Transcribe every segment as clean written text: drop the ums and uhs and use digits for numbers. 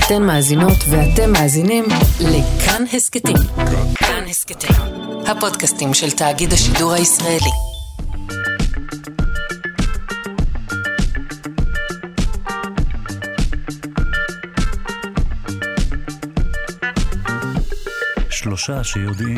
אתן מאזינות ואתם מאזינים לכאן הסקטים. כאן הסקטים, הפודקאסטים של תאגיד השידור הישראלי. שלושה שיודעים.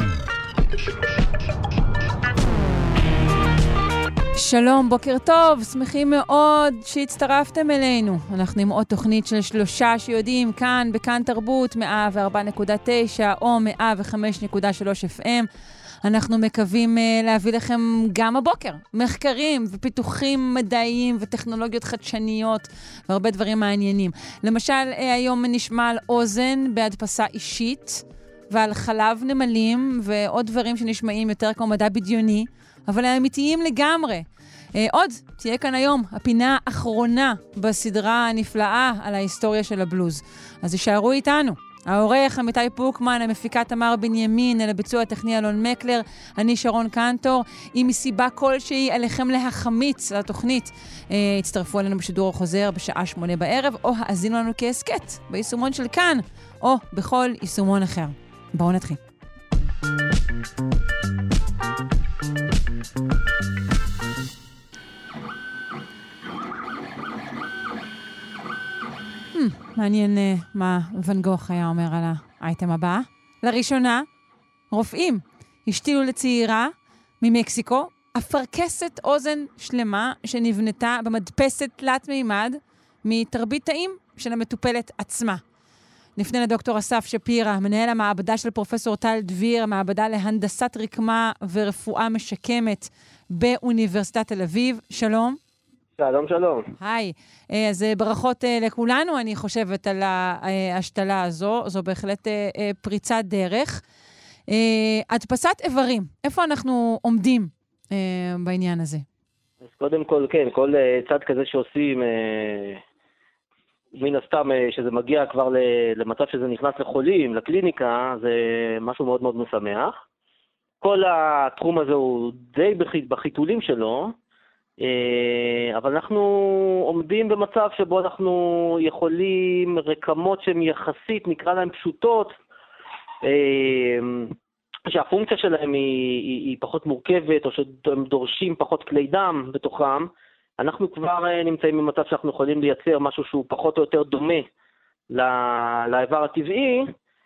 שלום, בוקר טוב, שמחים מאוד שהצטרפתם אלינו. אנחנו עם עוד תוכנית של שלושה שיודעים כאן בכאן תרבות 104.9 או 105.3 FM. אנחנו מקווים להביא לכם גם הבוקר מחקרים ופיתוחים מדעיים וטכנולוגיות חדשניות והרבה דברים מעניינים. למשל, היום נשמע על אוזן בהדפסה אישית ועל חלב נמלים ועוד דברים שנשמעים יותר כמו מדע בדיוני, אבל האמיתיים לגמרי. עוד תהיה כאן היום הפינה האחרונה בסדרה הנפלאה על ההיסטוריה של הבלוז. אז יישארו איתנו. העורך עמיתי פוקמן, המפיקה תמר בנימין, על הביצוע הטכני אלון מקלר, אני שרון קנטור. אם מסיבה כלשהי עליכם להחמיץ לתוכנית, הצטרפו אלינו בשידור החוזר בשעה 8 בערב, או האזינו לנו כהסקט ביישומון של כאן, או בכל יישומון אחר. בואו נתחיל. מעניין מה ון גוך היה אומר על האייטם הבא. לראשונה, רופאים השתילו לצעירה ממקסיקו אפרכסת אוזן שלמה שנבנתה במדפסת תלת מימד מתרבית תאים של המטופלת עצמה. נפנה לדוקטור אסף שפירא, מנהל המעבדה של פרופסור טל דביר, המעבדה להנדסת רקמה ורפואה משקמת באוניברסיטת תל אביב. שלום. שלום, שלום. היי, אז ברכות לכולנו, אני חושבת על ההשתלה הזו, זו בהחלט פריצת דרך. הדפסת איברים, איפה אנחנו עומדים בעניין הזה? אז קודם כל, כן, כל צד כזה שעושים, מן הסתם שזה מגיע כבר למצב שזה נכנס לחולים, לקליניקה, זה משהו מאוד מאוד משמח. כל התחום הזה הוא די בחיתולים שלו, אבל אנחנו עומדים במצב שבו אנחנו יכולים רקמות שהן יחסית, נקרא להן פשוטות, שהפונקציה שלהם היא פחות מורכבת, או שהם דורשים פחות כלי דם בתוכם. אנחנו כבר נמצאים במצב שאנחנו יכולים לייצר משהו שהוא פחות או יותר דומה לאיבר הטבעי,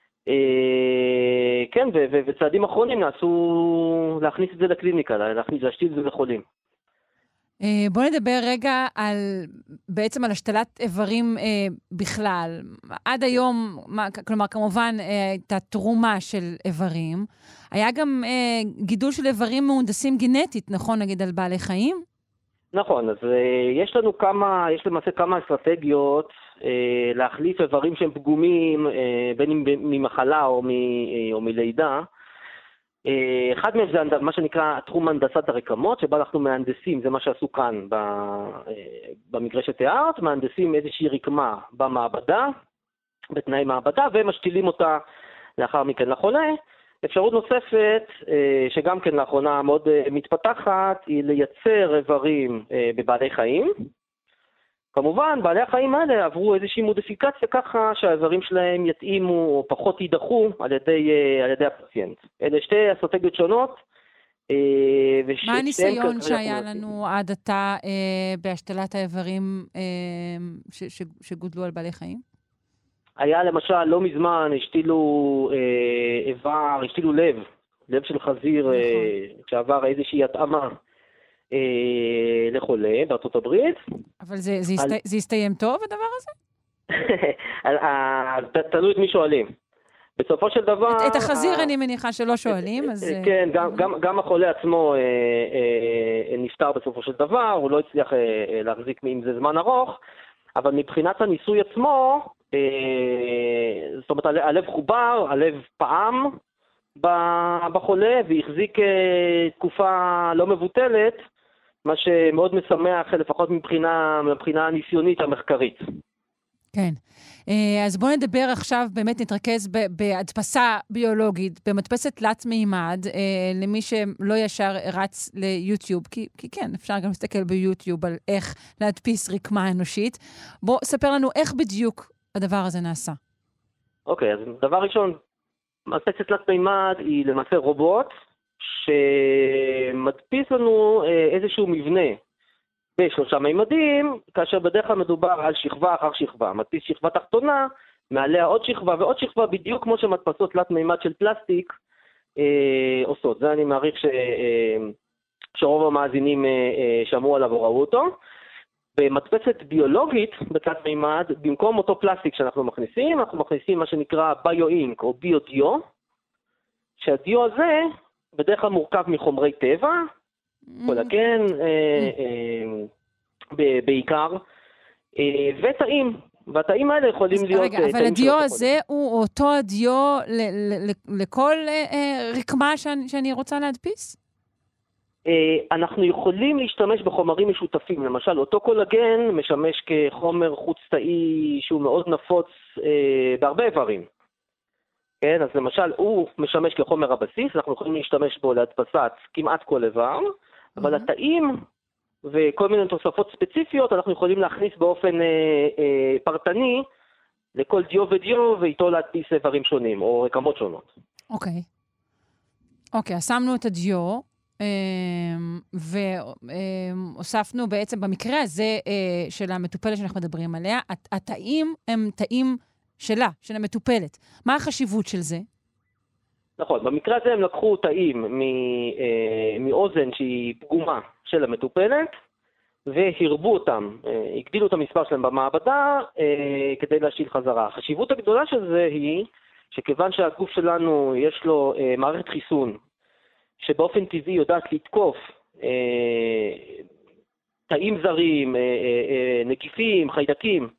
כן, וצעדים אחרונים נעשו להכניס את זה לקליניקה, להשתיל את זה לחולים. בוא נדבר רגע בעצם על השתלת איברים בכלל. עד היום, כלומר כמובן הייתה תרומה של איברים, היה גם גידול של איברים מהונדסים גנטית, נכון, נגיד על בעלי חיים? נכון, אז יש למעשה כמה אסטרטגיות להחליף איברים שהם פגומים, בין אם ממחלה או מלידה. אחד מהם זה מה שנקרא תחום הנדסת הרקמות, שבה אנחנו מהנדסים, זה מה שעשו כאן במקרה שתיארת, מהנדסים איזושהי רקמה במעבדה, בתנאי מעבדה, ומשתילים אותה לאחר מכן לחולה. אפשרות נוספת, שגם כן לאחרונה מאוד מתפתחת, היא לייצר איברים בבעלי חיים. כמובן, בעלי החיים האלה עברו איזושהי מודיפיקציה ככה שהאיברים שלהם יתאימו או פחות יידחו על ידי הפציינט. אלה שתי אסטרטגיות שונות. מה הניסיון שהיה לנו עד עתה בהשתלת האיברים שגודלו על בעלי חיים? היה למשל, לא מזמן, השתילו לב של חזיר, שעבר איזושהי התאמה לחולה בארצות הברית. אבל זה הסתיים טוב, הדבר הזה? תלוי את מי שואלים. בסופו של דבר... את החזיר אני מניחה שלא שואלים, אז... כן, גם החולה עצמו נפטר בסופו של דבר, הוא לא הצליח להחזיק עם זה זמן ארוך, אבל מבחינת הניסוי עצמו, זאת אומרת, הלב חובר, הלב פעם בחולה, והחזיק תקופה לא מבוטלת, מה שמאוד משמח, לפחות מבחינה הניסיונית המחקרית. כן. אז בואו נדבר עכשיו, באמת נתרכז בהדפסה ביולוגית, במדפסת תלת מימד, למי שלא ישר רץ ליוטיוב, כי כן, אפשר גם להסתכל ביוטיוב על איך להדפיס רקמה אנושית. בואו ספר לנו איך בדיוק הדבר הזה נעשה. אוקיי, אז דבר ראשון, מדפסת תלת מימד היא למעשה רובוט שמדפיס לנו איזשהו מבנה בשלושה מימדים, כאשר בדרך כלל מדובר על שכבה אחר שכבה. מדפיס שכבה תחתונה, מעליה עוד שכבה ועוד שכבה, בדיוק כמו שמדפסות תלת מימד של פלסטיק עושות. זה אני מעריך שרוב המאזינים שמעו עליו או ראו אותו. במדפסת ביולוגית בתלת מימד, במקום אותו פלסטיק שאנחנו מכניסים, אנחנו מכניסים מה שנקרא ביו-אינק או ביו-דיו, שהדיו הזה בדרך כלל מורכב מחומרי טבע, קולגן בעיקר, ותאים. והתאים האלה יכולים להיות... רגע, אבל הדיו הזה הוא אותו הדיו לכל רקמה שאני רוצה להדפיס? אנחנו יכולים להשתמש בחומרים משותפים. למשל, אותו קולגן משמש כחומר חוץ-תאי שהוא מאוד נפוץ בהרבה איברים. כן, אז למשל, הוא משמש כחומר הבסיס, אנחנו יכולים להשתמש בו להדפסת כמעט כל איבר, אבל התאים וכל מיני תוספות ספציפיות אנחנו יכולים להכניס באופן פרטני לכל דיו ודיו, ואיתו להדפיס איברים שונים או רקמות שונות. אוקיי, אז שמנו את הדיו, והוספנו בעצם במקרה הזה של המטופלת שאנחנו מדברים עליה, התאים הם תאים שלה, של המטופלת. מה החשיבות של זה? נכון, במקרה הזה הם לקחו תאים מאוזן שהיא פגומה של המטופלת, והרבו אותם, הגדילו את המספר שלהם במעבדה כדי להשיל חזרה. החשיבות הגדולה של זה היא שכיוון שהגוף שלנו יש לו מערכת חיסון, שבאופן טבעי יודעת לתקוף תאים זרים, נגיפים, חיידקים,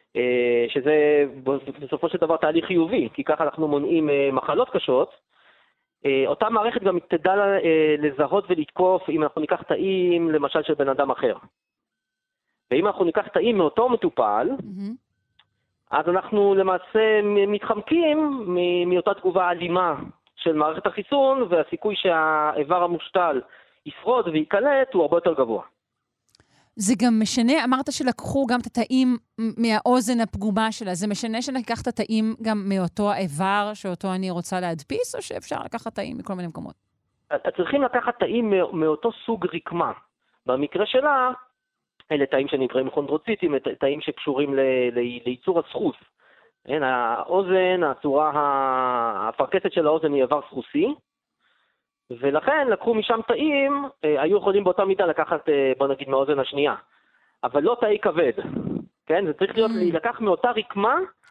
שזה בסופו של דבר תהליך חיובי, כי ככה אנחנו מונעים מחלות קשות, אותה מערכת גם תדע לזהות ולתקוף אם אנחנו ניקח תאים, למשל של בן אדם אחר. ואם אנחנו ניקח תאים מאותו מטופל, אז אנחנו למעשה מתחמקים מאותה תגובה אלימה של מערכת החיסון, והסיכוי שהאיבר המושתל ישרוד ויקלט הוא הרבה יותר גבוה. זה גם משנה, אמרת שלקחו גם את התאים מהאוזן הפגומה שלה, זה משנה שניקח את התאים גם מאותו האיבר שאותו אני רוצה להדפיס, או שאפשר לקחת תאים מכל מיני מקומות? צריכים לקחת תאים מאותו סוג רקמה. במקרה שלה, אלה תאים שנקראים כונדרוציטים, תאים שקשורים לייצור הסחוס. האוזן, הצורה הפרקסת של האוזן היא איבר סחוסי, ולכן לקחו משם תאים, היו יכולים באותה מידה לקחת, בוא נגיד, מהאוזן השנייה. אבל לא תאי כבד. כן? זה צריך להיות לקח מאותה רקמה,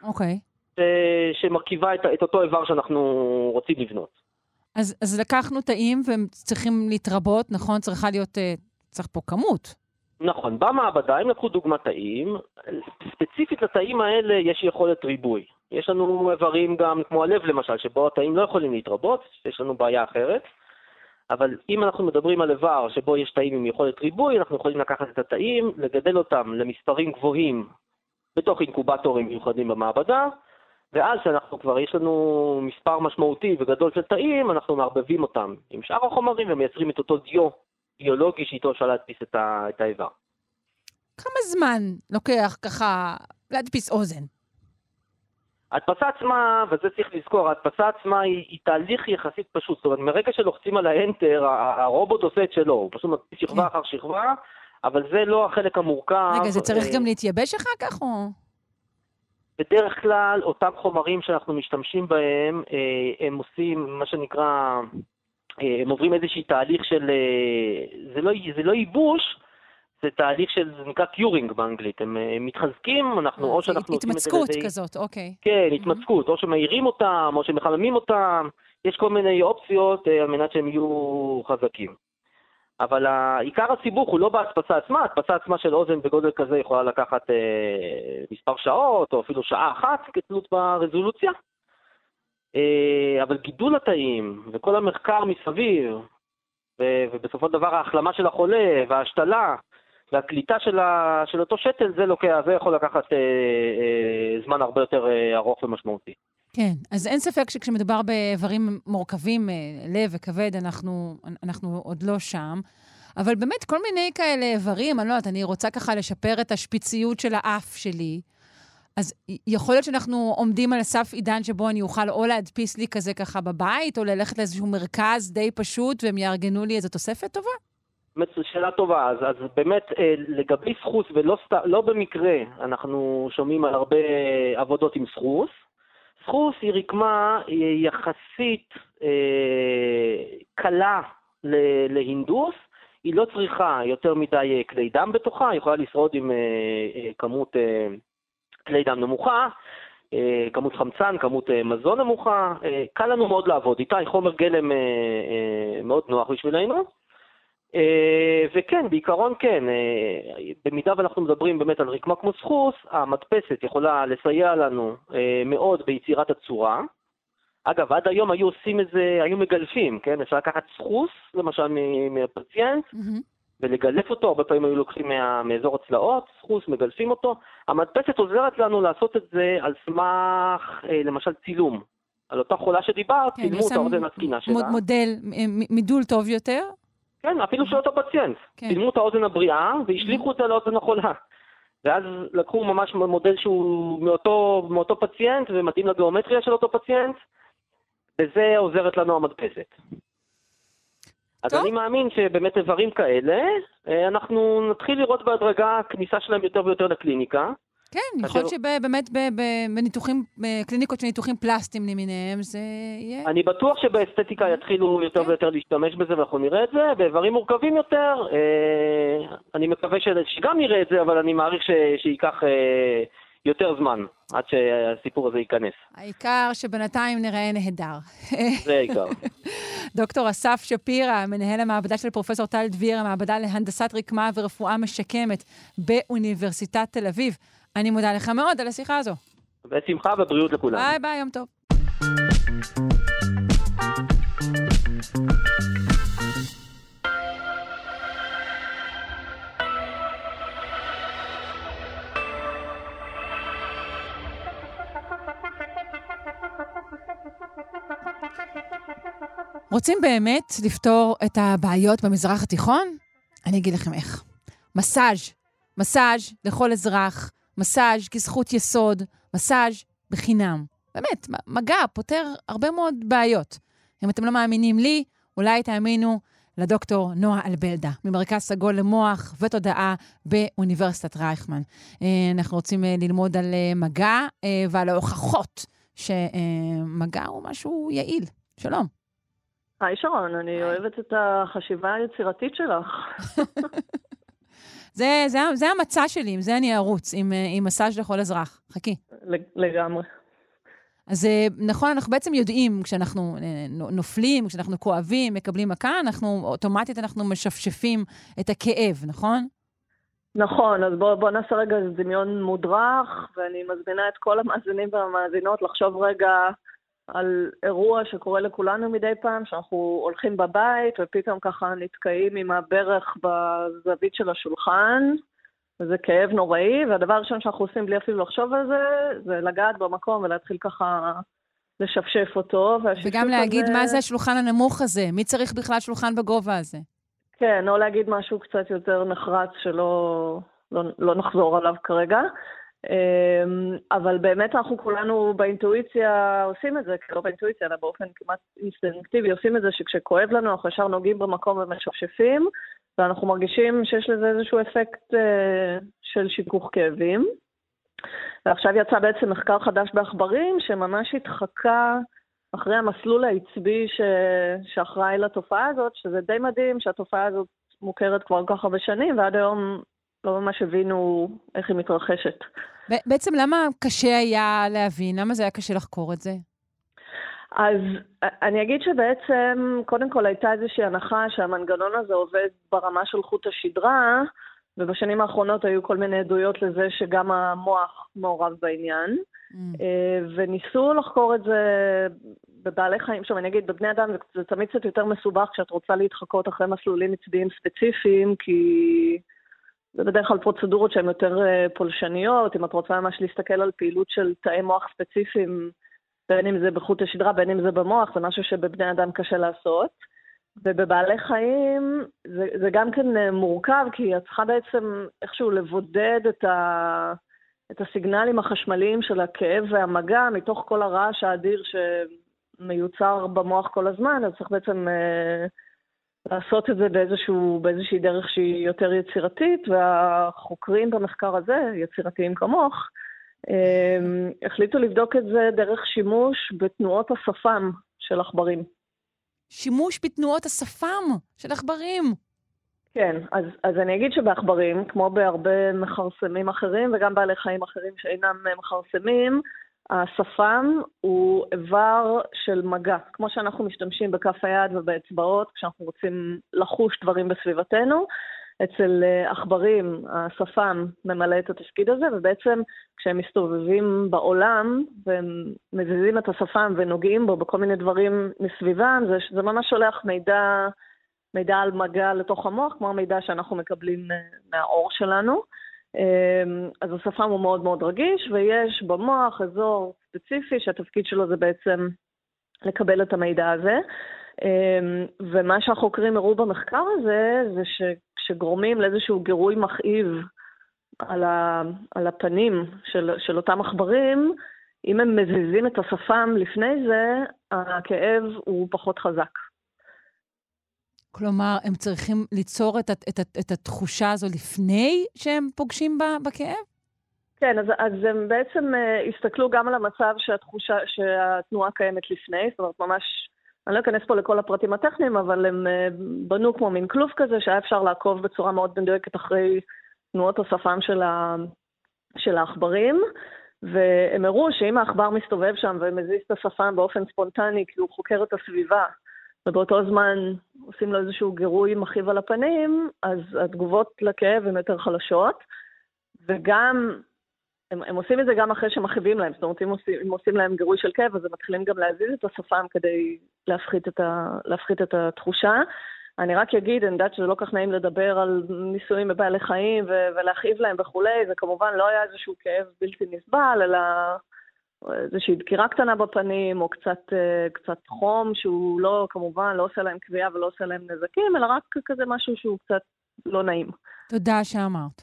שמרכיבה את אותו איבר שאנחנו רוצים לבנות. אז לקחנו תאים והם צריכים להתרבות, נכון? צריך פה כמות. נכון. במעבדה, אם לקחו דוגמת תאים, ספציפית לתאים האלה יש יכולת ריבוי. יש לנו איברים גם כמו הלב למשל, שבו התאים לא יכולים להתרבות, יש לנו בעיה אחרת. אבל אם אנחנו מדברים על איבר שבו יש תאים עם יכולת ריבוי, אנחנו יכולים לקחת את התאים, לגדל אותם למספרים גבוהים בתוך אינקובטורים מיוחדים במעבדה, ואז שאנחנו כבר יש לנו מספר משמעותי וגדול של תאים, אנחנו מערבבים אותם עם שאר החומרים ומייצרים את אותו דיו ביולוגי שאיתו אפשר להדפיס את האיבר. כמה זמן לוקח ככה להדפיס אוזן? ההדפסה עצמה, וזה צריך לזכור, ההדפסה עצמה היא תהליך יחסית פשוט. זאת אומרת, מרגע שלוחצים על האנטר, הרובוט עושה את שלו. הוא פשוט מדפיס שכבה אחר שכבה, אבל זה לא החלק המורכב. רגע, זה צריך גם להתייבש אחר כך או? בדרך כלל, אותם חומרים שאנחנו משתמשים בהם, הם עושים מה שנקרא, הם עוברים איזושהי תהליך של, זה לא ייבוש, זה תהליך של, זה נקרא קיורינג באנגלית, הם מתחזקים, או שאנחנו... התמצקות כזאת, אוקיי. כן, התמצקות, או שמאירים אותם, או שמחממים אותם, יש כל מיני אופציות על מנת שהם יהיו חזקים. אבל עיקר הסיבוך הוא לא בהדפסה עצמה, ההדפסה עצמה של אוזן בגודל כזה יכולה לקחת מספר שעות, או אפילו שעה אחת כתלות ברזולוציה. אבל גידול התאים וכל המחקר מסביב, ובסופו של דבר ההחלמה של החולה וההשתלה, והקליטה של אותו שתל, זה יכול לקחת זמן הרבה יותר ארוך ומשמעותי. כן, אז אין ספק שכשמדובר באיברים מורכבים, לב וכבד, אנחנו עוד לא שם, אבל באמת כל מיני כאלה איברים, אני לא יודעת, אני רוצה ככה לשפר את השפיציות של האף שלי, אז יכול להיות שאנחנו עומדים על סף עידן שבו אני אוכל או להדפיס לי כזה ככה בבית, או ללכת לאיזשהו מרכז די פשוט, והם יארגנו לי איזו תוספת טובה? שאלה טובה, אז באמת לגבי סחוס, ולא במקרה, אנחנו שומעים על הרבה עבודות עם סחוס. סחוס היא רקמה יחסית קלה להינדוס, היא לא צריכה יותר מדי כלי דם בתוכה, היא יכולה לשרוד עם כמות כלי דם נמוכה, כמות חמצן, כמות מזון נמוכה, קל לנו מאוד לעבוד איתה, היא חומר גלם מאוד נוח בשבילנו. וכן, בעיקרון כן, במידה ואנחנו מדברים באמת על רקמה כמו סחוס, המדפסת יכולה לסייע לנו מאוד ביצירת הצורה. אגב, עד היום היו עושים את זה, היו מגלפים, כן? אפשר לקחת סחוס, למשל מהפציינט, ולגלף אותו, הרבה פעמים היו לוקחים מאזור הצלעות, סחוס, מגלפים אותו. המדפסת עוזרת לנו לעשות את זה על סמך, למשל, צילום. על אותה חולה שדיברת, צילמו את האוזן התקינה שלה. מודל, מידול טוב יותר? כן, אפילו של אותו פציינט. צילמו את האוזן הבריאה, והשליחו את זה לאוזן החולה. ואז לקחו ממש מודל שהוא מאותו פציינט, ומתאים לגיאומטריה של אותו פציינט, וזה עוזרת לנו המדפסת. אז אני מאמין שבאמת איברים כאלה, אנחנו נתחיל לראות בהדרגה כניסה שלהם יותר ויותר לקליניקה. כן, יכול להיות שבאמת בניתוחים, קליניקות של ניתוחים פלסטיים למיניהם, זה יהיה... אני בטוח שבאסתטיקה יתחילו יותר ויותר להשתמש בזה, ואנחנו נראה את זה. באיברים מורכבים יותר, אני מקווה שגם נראה את זה, אבל אני מעריך שייקח יותר זמן, עד שהסיפור הזה ייכנס. העיקר שבינתיים נראה נהדר. זה העיקר. דוקטור אסף שפירא, מנהל המעבדה של פרופסור טל דביר, המעבדה להנדסת רקמה ורפואה משקמת באוניברסיטת תל אביב. אני מודה לך מאוד על השיחה הזו. בשמחה ובריאות לכולם. ביי ביי, יום טוב. רוצים באמת לפתור את הבעיות במזרח התיכון? אני אגיד לכם איך. מסאז' לכל אזרח, מסאז' כזכות יסוד, מסאז' בחינם. באמת, מגע פותר הרבה מאוד בעיות. אם אתם לא מאמינים לי, אולי תאמינו לדוקטור נועה אלבלדה, ממרכז סגול למוח ותודעה באוניברסיטת רייכמן. אנחנו רוצים ללמוד על מגע ועל ההוכחות שמגע הוא משהו יעיל. שלום. היי שרון, אני אוהבת את החשיבה היצירתית שלך. זה המצע שלי, עם זה אני ארוץ, עם מסאז' לכל אזרח. חכי. לגמרי. אז נכון, אנחנו בעצם יודעים, כשאנחנו נופלים, כשאנחנו כואבים, מקבלים מכה, אוטומטית אנחנו משפשפים את הכאב, נכון? נכון, אז בוא נעשה רגע דמיון מודרך, ואני מזמינה את כל המאזינים והמאזינות לחשוב רגע על אירוע שקורה לכולנו מדי פעם, שאנחנו הולכים בבית ופתאום ככה נתקעים עם הברך בזווית של השולחן, וזה כאב נוראי, והדבר הראשון שאנחנו עושים בלי אפילו לחשוב על זה, זה לגעת במקום ולהתחיל ככה לשפשף אותו. וגם להגיד הזה... מה זה השולחן הנמוך הזה, מי צריך בכלל שולחן בגובה הזה? כן, או להגיד משהו קצת יותר נחרץ שלא לא נחזור עליו כרגע. אבל באמת אנחנו כולנו באינטואיציה עושים את זה, לא באינטואיציה, אלא באופן כמעט אינסטינקטיבי עושים את זה, שכשכואב לנו אנחנו ישר נוגעים במקום ומשפשפים, ואנחנו מרגישים שיש לזה איזשהו אפקט של שיכוך כאבים. ועכשיו יצא בעצם מחקר חדש בעכברים, שממש התחקה אחרי המסלול העצבי שאחראי לתופעה הזאת, שזה די מדהים שהתופעה הזאת מוכרת כבר כל כך הרבה שנים, ועד היום לא ממש הבינו איך היא מתרחשת. בעצם למה קשה היה להבין? למה זה היה קשה לחקור את זה? אז אני אגיד שבעצם, קודם כל הייתה איזושהי הנחה שהמנגנון הזה עובד ברמה של חוט השדרה, ובשנים האחרונות היו כל מיני עדויות לזה שגם המוח מעורב בעניין, וניסו לחקור את זה בבעלי חיים. עכשיו אני אגיד, בבני אדם זה תמיד קצת יותר מסובך כשאת רוצה להתחקות אחרי מסלולים עצביים ספציפיים, כי זה בדרך כלל פרוצדורות שהן יותר פולשניות, אם את רוצה ממש להסתכל על פעילות של תאי מוח ספציפיים, בין אם זה בחוט השדרה, בין אם זה במוח, זה משהו שבבני אדם קשה לעשות. ובבעלי חיים זה גם כן מורכב, כי את צריכה בעצם איכשהו לבודד את הסיגנלים החשמליים של הכאב והמגע מתוך כל הרעש האדיר שמיוצר במוח כל הזמן, אז צריך בעצם לעשות את זה באיזושהי דרך שהיא יותר יצירתית, והחוקרים במחקר הזה, יצירתיים כמוך, החליטו לבדוק את זה דרך שימוש בתנועות השפם של עכברים. שימוש בתנועות השפם של עכברים? כן, אז אני אגיד שבעכברים, כמו בהרבה מחרסמים אחרים וגם בעלי חיים אחרים שאינם מחרסמים, השפם הוא איבר של מגע. כמו שאנחנו משתמשים בכף היד ובאצבעות, כשאנחנו רוצים לחוש דברים בסביבתנו, אצל עכברים השפם ממלא את התפקיד הזה, ובעצם כשהם מסתובבים בעולם והם מזיזים את השפם ונוגעים בו בכל מיני דברים מסביבם, זה ממש שולח מידע על מגע לתוך המוח, כמו המידע שאנחנו מקבלים מהאור שלנו. אז השפם הוא מאוד מאוד רגיש, ויש במוח אזור ספציפי שהתפקיד שלו זה בעצם לקבל את המידע הזה. ומה שהחוקרים הראו במחקר הזה, זה שכשגורמים לאיזשהו גירוי מכאיב על הפנים של אותם עכברים, אם הם מזיזים את השפם לפני זה, הכאב הוא פחות חזק. כלומר, הם צריכים ליצור את התחושה הזו לפני שהם פוגשים בכאב? כן, אז הם בעצם הסתכלו גם על המצב שהתנועה קיימת לפני, זאת אומרת ממש, אני לא אכנס פה לכל הפרטים הטכניים, אבל הם בנו כמו מין כלוב כזה, שהיה אפשר לעקוב בצורה מאוד מדויקת אחרי תנועות השפם של העכברים, והם הראו שאם העכבר מסתובב שם ומזיז את השפם באופן ספונטני, כי הוא חוקר את הסביבה, ובאותו זמן עושים לו איזשהו גירוי מכאיב על הפנים, אז התגובות לכאב הן יותר חלשות, וגם, הם עושים את זה גם אחרי שמכאיבים להם, זאת אומרת, אם עושים להם גירוי של כאב, אז הם מתחילים גם להזיז את השפם כדי להפחית את התחושה. אני רק אגיד, אני יודעת שזה לא כך נעים לדבר על ניסויים בבעלי חיים ולהכאיב להם וכולי, זה כמובן לא היה איזשהו כאב בלתי נסבל, אלא איזושהי דקירה קטנה בפנים, או קצת חום, שהוא לא, כמובן, לא עושה להם קביעה ולא עושה להם נזקים, אלא רק כזה משהו שהוא קצת לא נעים. תודה שאמרת.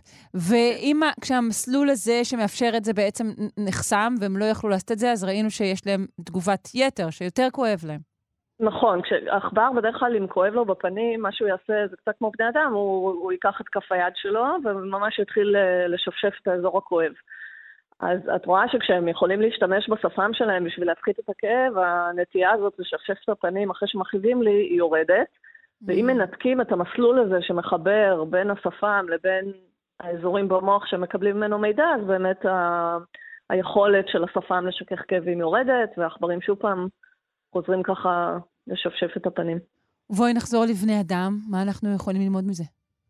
כשהמסלול הזה שמאפשר את זה בעצם נחסם, והם לא יכלו לעשות את זה, אז ראינו שיש להם תגובת יתר, שיותר כואב להם. נכון, כשהעכבר בדרך כלל אם כואב לו בפנים, מה שהוא יעשה, זה קצת כמו בני אדם, הוא ייקח את כף היד שלו, וממש יתחיל לשפשף את האזור הכואב. אז את רואה שכשהם יכולים להשתמש בשפם שלהם בשביל להפחית את הכאב, הנטייה הזאת לשפשף את הפנים אחרי שמכאיבים לי, היא יורדת. ואם מנתקים את המסלול הזה שמחבר בין השפם לבין האזורים במוח שמקבלים ממנו מידע, אז באמת היכולת של השפם לשכך כאבים יורדת, והעכברים שוב פעם חוזרים ככה לשפשף את הפנים. בואי נחזור לבני אדם, מה אנחנו יכולים ללמוד מזה?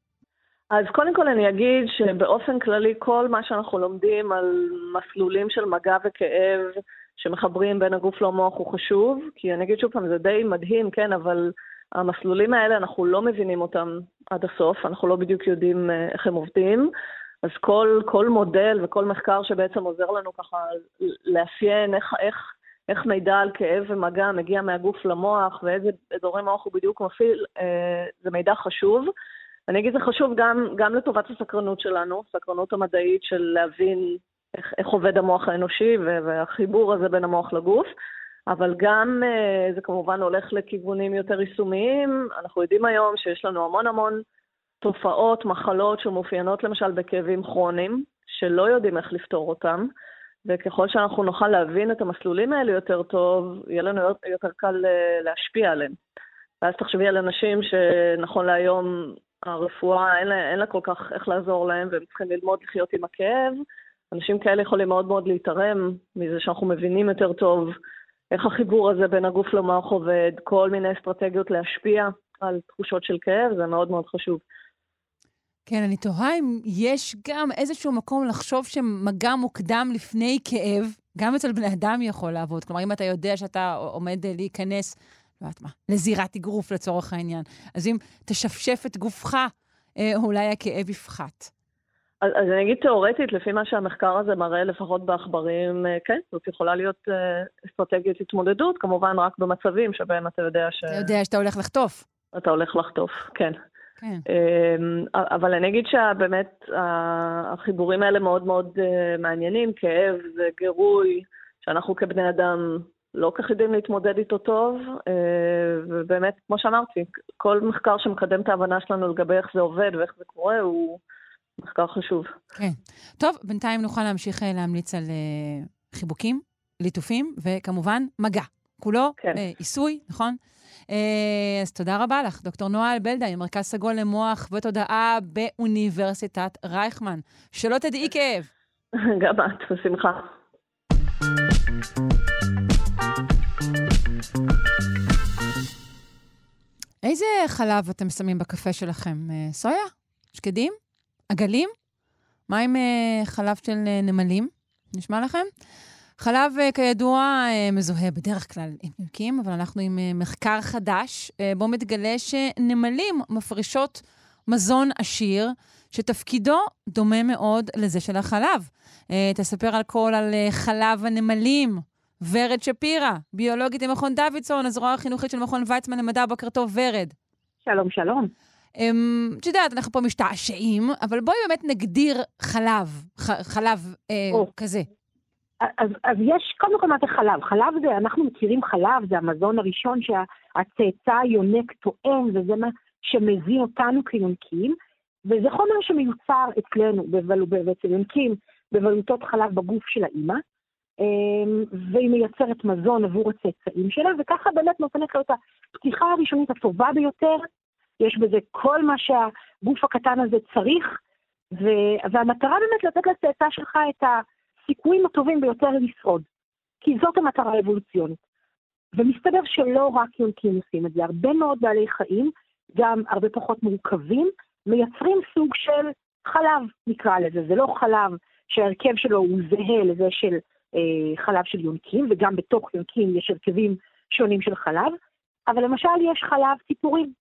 אז קודם כל אני אגיד שבאופן כללי כל מה שאנחנו לומדים על מסלולים של מגע וכאב שמחברים בין הגוף למוח הוא חשוב, כי אני אגיד שוב פעם זה די מדהים, כן, אבל המסלולים האלה אנחנו לא מבינים אותם עד הסוף, אנחנו לא בדיוק יודעים איך הם עובדים, אז כל מודל וכל מחקר שבעצם עוזר לנו ככה לאפיין איך מידע על כאב ומגע מגיע מהגוף למוח ואיזה אזורי מוח הוא בדיוק מפעיל, זה מידע חשוב. אני אגיד זה חשוב גם לטובת הסקרנות שלנו, הסקרנות המדעית של להבין איך עובד המוח האנושי והחיבור הזה בין המוח לגוף, אבל גם זה כמובן הולך לכיוונים יותר יישומיים. אנחנו יודעים היום שיש לנו המון תופעות, מחלות שמאופיינות למשל בכאבים כרוניים, שלא יודעים איך לפתור אותם, וככל שאנחנו נוכל להבין את המסלולים האלה יותר טוב, יהיה לנו יותר קל להשפיע עליהם. ואז תחשבי על אנשים שנכון להיום הרפואה אין לה כל כך איך לעזור להם, והם צריכים ללמוד לחיות עם הכאב. אנשים כאלה יכולים מאוד מאוד להתערם מזה שאנחנו מבינים יותר טוב איך החיבור הזה בין הגוף למוח עובד, כל מיני אסטרטגיות להשפיע על תחושות של כאב, זה מאוד מאוד חשוב. כן, אני תוהה אם יש גם איזשהו מקום לחשוב שמגע מוקדם לפני כאב, גם אצל בני אדם יכול לעבוד. כלומר, אם אתה יודע שאתה עומד להיכנס, לא יודעת מה, לזירת אגרוף לצורך העניין, אז אם תשפשף את גופך, אולי הכאב יפחת. אז אני אגיד תיאורטית, לפי מה שהמחקר הזה מראה, לפחות בעכברים, כן, זאת יכולה להיות אסטרטגיית התמודדות, כמובן רק במצבים שבהם אתה יודע אתה יודע שאתה הולך לחטוף. אתה הולך לחטוף, כן. כן. אבל אני אגיד שבאמת החיבורים האלה מאוד מאוד מעניינים, כאב וגירוי, שאנחנו כבני אדם לא כך יודעים להתמודד איתו טוב, ובאמת, כמו שאמרתי, כל מחקר שמקדם את ההבנה שלנו לגבי איך זה עובד ואיך זה קורה, הוא מחקר חשוב. כן. טוב, בינתיים נוכל להמשיך להמליץ על חיבוקים, ליטופים, וכמובן מגע. כולו עיסוי, נכון? אז תודה רבה לך, דוקטור נועה אלבלדה, מרכז סגול למוח ותודעה באוניברסיטת רייכמן. שלא תדעי כאב. גם את, בשמחה. איזה חלב אתם שמים בקפה שלכם? סויה? שקדים? עגלים? מה עם חלב של נמלים? נשמע לכם? חלב, כידוע, מזוהה בדרך כלל עם יונקים, אבל אנחנו עם מחקר חדש, בו מתגלה שנמלים מפרישות מזון עשיר, שתפקידו דומה מאוד לזה של החלב. תספר על חלב הנמלים, ורד שפירא, ביולוגית למכון דוידסון, הזרוע החינוכית של מכון ויצמן למדע. בוקר טוב, ורד. שלום, שלום. את יודעת, אנחנו פה משתעשעים, אבל בואי באמת נגדיר חלב כזה. אז יש, קודם כל מה זה חלב. חלב זה, אנחנו מכירים חלב, זה המזון הראשון שהצאצא היונק טועם, וזה מה שמזין אותנו כיונקים, וזה חומר שמיוצר אצלנו, אצל יונקים, בבלוטות חלב בגוף של האמא, והיא מייצרת מזון עבור הצאצאים שלה, וככה באמת נותנת לו את הפתיחה הראשונית הטובה ביותר, יש בזה כל מה שהגוף הקטן הזה צריך, והמטרה באמת לתת לצאצא שלך את הסיכויים הטובים ביותר לשרוד, כי זאת המטרה האבולוציונית. ומסתבר שלא רק יונקים עושים את זה, הרבה מאוד בעלי חיים, גם הרבה פחות מורכבים, מייצרים סוג של חלב, נקרא לזה. זה לא חלב שההרכב שלו הוא זהה לזה של חלב של יונקים, וגם בתוך יונקים יש הרכבים שונים של חלב, אבל למשל יש חלב ציפורים,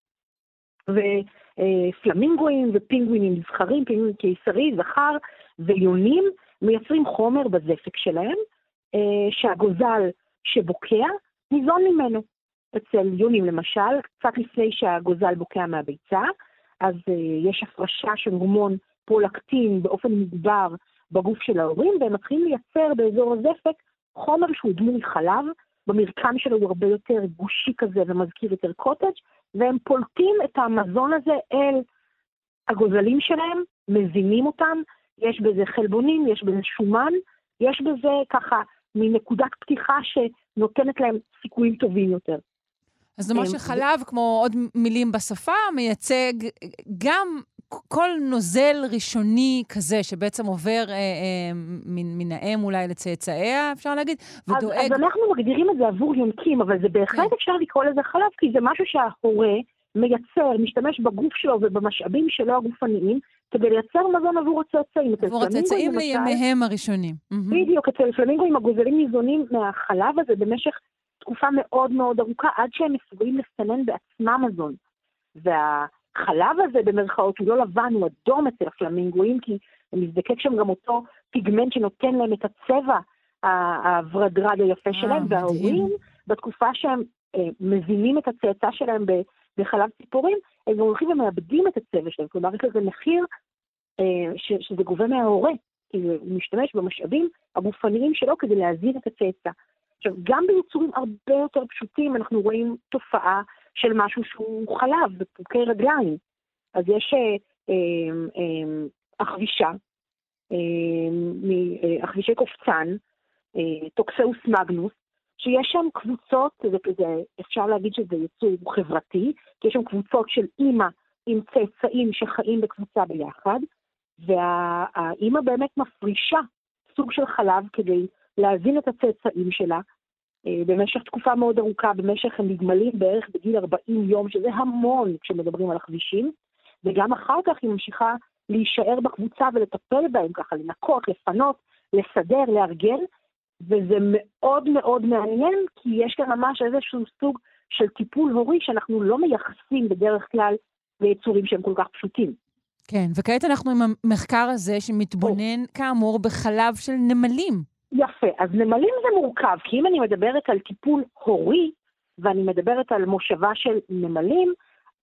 ופלמינגואים ופינגווינים זכרים, פינגווין קיסרי, זכר, ויונים מייצרים חומר בזפק שלהם, שהגוזל שבוקע ניזון ממנו. אצל יונים למשל, קצת לפני שהגוזל בוקע מהביצה, אז יש הפרשה של הורמון פרולקטין באופן מוגבר בגוף של ההורים, והם מתחילים לייצר באזור הזפק חומר שהוא דמוי חלב, במרקם שלו הוא הרבה יותר גושי כזה ומזכיר יותר קוטג', והם פולטים את המזון הזה אל הגוזלים שלהם, מזינים אותם, יש בזה חלבונים, יש בזה שומן, יש בזה ככה מנקודת פתיחה שנותנת להם סיכויים טובים יותר. אז זאת אומרת שחלב, כמו עוד מילים בשפה, מייצג גם כל נוזל ראשוני כזה, שבעצם עובר מן האם אולי לצאצאיה, אפשר להגיד, ודואג... אז אנחנו מגדירים את זה עבור יונקים, אבל זה בהחלט אפשר לקרוא לזה חלב, כי זה משהו שההורה מייצר, משתמש בגוף שלו ובמשאבים שלו הגופניים, כדי לייצר מזון עבור הצאצאים. עבור הצאצאים לימיהם הראשונים. בדיוק, אצל פלמינגואים הגוזלים ניזונים מהחלב הזה במשך תקופה מאוד מאוד ארוכה, עד שהם מסוגלים לסנן בעצמם מזון. והחלב הזה במרכאות הוא לא לבן, הוא אדום אצל הפלמינגואים, כי מזדקק שם גם אותו פיגמנט שנותן להם את הצבע הוורדרד היפה שלהם, וההורים בתקופה שהם מזינים את הצאצא שלהם בחלב ציפורים, הם הולכים ומאבדים את הצבע שלהם, כלומר יש לזה מחיר שזה גובה מההורה, כי הוא משתמש במשאבים הגופניים שלו כדי להזין את הצאצא. עכשיו, גם ביצורים הרבה יותר פשוטים אנחנו רואים תופעה של משהו שהוא חלב, בפוקי רגליים. אז יש החבישה, החבישי קופצן, טוקסאוס מגנוס, שיש שם קבוצות, אפשר להגיד שזה יצור חברתי, כי יש שם קבוצות של אימא עם צאצאים שחיים בקבוצה ביחד, והאימא באמת מפרישה סוג של חלב כדי להזין את הצאצאים שלה, במשך תקופה מאוד ארוכה, במשך הם נגמלים בערך בגיל 40 יום, שזה המון כשמדברים על החבישים, וגם אחר כך היא ממשיכה להישאר בקבוצה ולטפל בהם ככה, לנקות, לפנות, לסדר, לארגן, וזה מאוד מאוד מעניין, כי יש כאן ממש איזשהו סוג של טיפול הורי שאנחנו לא מייחסים בדרך כלל ליצורים שהם כל כך פשוטים. כן, וכעת אנחנו עם המחקר הזה שמתבונן כאמור בחלב של נמלים. יפה, אז נמלים זה מורכב, כי אם אני מדברת על טיפול הורי, ואני מדברת על מושבה של נמלים,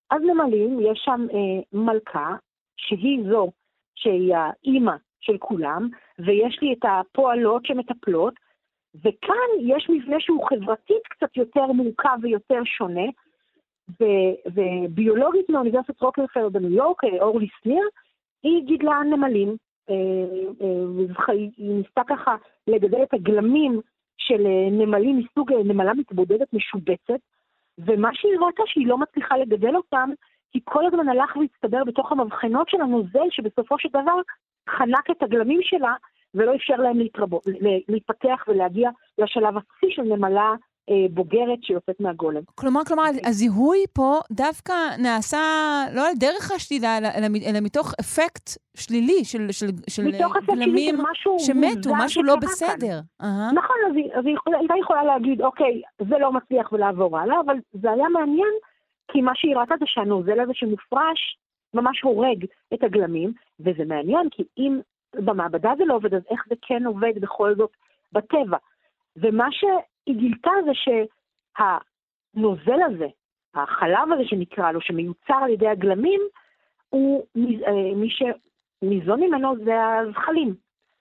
אז נמלים, יש שם מלכה, שהיא זו, שהיא האימא של כולם, ויש לי את הפועלות שמטפלות, וכאן יש מבנה שהוא חברתית קצת יותר מורכב ויותר שונה, וביולוגית מאוניברסיטת רוקפלר בניו יורק, אורלי סניר, היא גידלה נמלים, היא ניסתה ככה לגדל את הגלמים של נמלים מסוג נמלה מתבודדת משובצת, ומה שהיא ראתה שהיא לא מצליחה לגדל אותם, כי כל הזמן הלך והצטבר בתוך המבחנות של הנוזל, שבסופו של דבר חנק את הגלמים שלה, ולא אפשר להם להתפתח ולהגיע לשלב השיא של נמלה בוגרת שיוצאת מהגולם. כלומר, הזיהוי פה דווקא נעשה לא על דרך השלילה, אלא מתוך אפקט שלילי של גלמים שמתו, משהו לא בסדר. נכון, אז היא הייתה יכולה להגיד, אוקיי, זה לא מצליח ולעבור הלאה, אבל זה היה מעניין, כי מה שהיא ראתה זה שהנוזל הזה שמופרש, ממש הורג את הגלמים, וזה מעניין, כי אם במעבדה זה לא עובד, אז איך זה כן עובד בכל זאת בטבע? ומה שהיא גילתה זה שהנוזל הזה, החלב הזה שנקרא לו, שמיוצר על ידי הגלמים, מי שניזון ממנו זה הזחלים.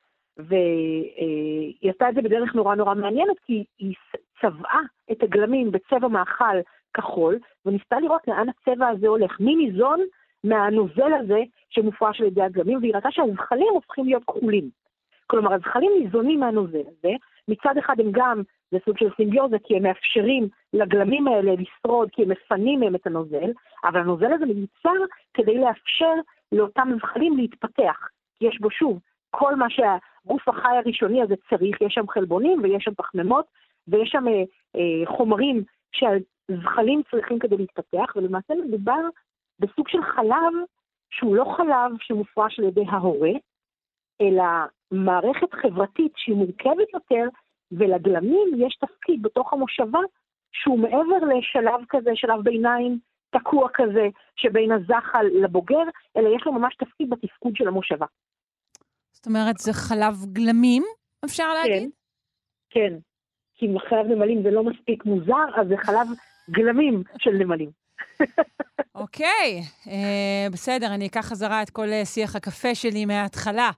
והיא עשתה את זה בדרך נורא נורא מעניינת, כי היא צבעה את הגלמים בצבע מאכל כחול, וניסתה לראות לאן הצבע הזה הולך. מי ניזון מהנוזל הזה שמופרש על ידי הגלמים, והיא ראתה שהזחלים הופכים להיות כחולים. כלומר, הזחלים ניזונים מהנוזל הזה, מצד אחד הם גם, זה סוג של סימביוזה, כי הם מאפשרים לגלמים האלה לשרוד, כי הם מפנים מהם את הנוזל, אבל הנוזל הזה מיוצר כדי לאפשר לאותם זחלים להתפתח. כי יש בו שוב, כל מה שהגוף החי הראשוני הזה צריך, יש שם חלבונים ויש שם פחמימות, ויש שם חומרים שהזחלים צריכים כדי להתפתח, ולמעשה מדובר בסוג של חלב, שהוא לא חלב שמופרש על ידי ההורה, אלא מערכת חברתית שהיא מורכבת יותר, ולגלמים יש תפקיד בתוך המושבה, שהוא מעבר לשלב כזה, שלב ביניים תקוע כזה, שבין הזחל לבוגר, אלא יש לו ממש תפקיד בתפקוד של המושבה. זאת אומרת, זה חלב גלמים, אפשר להגיד? כן, כי אם חלב נמלים זה לא מספיק מוזר, אז זה חלב גלמים של נמלים. אוקיי, בסדר, אני אקח חזרה את כל שיח הקפה שלי מההתחלה.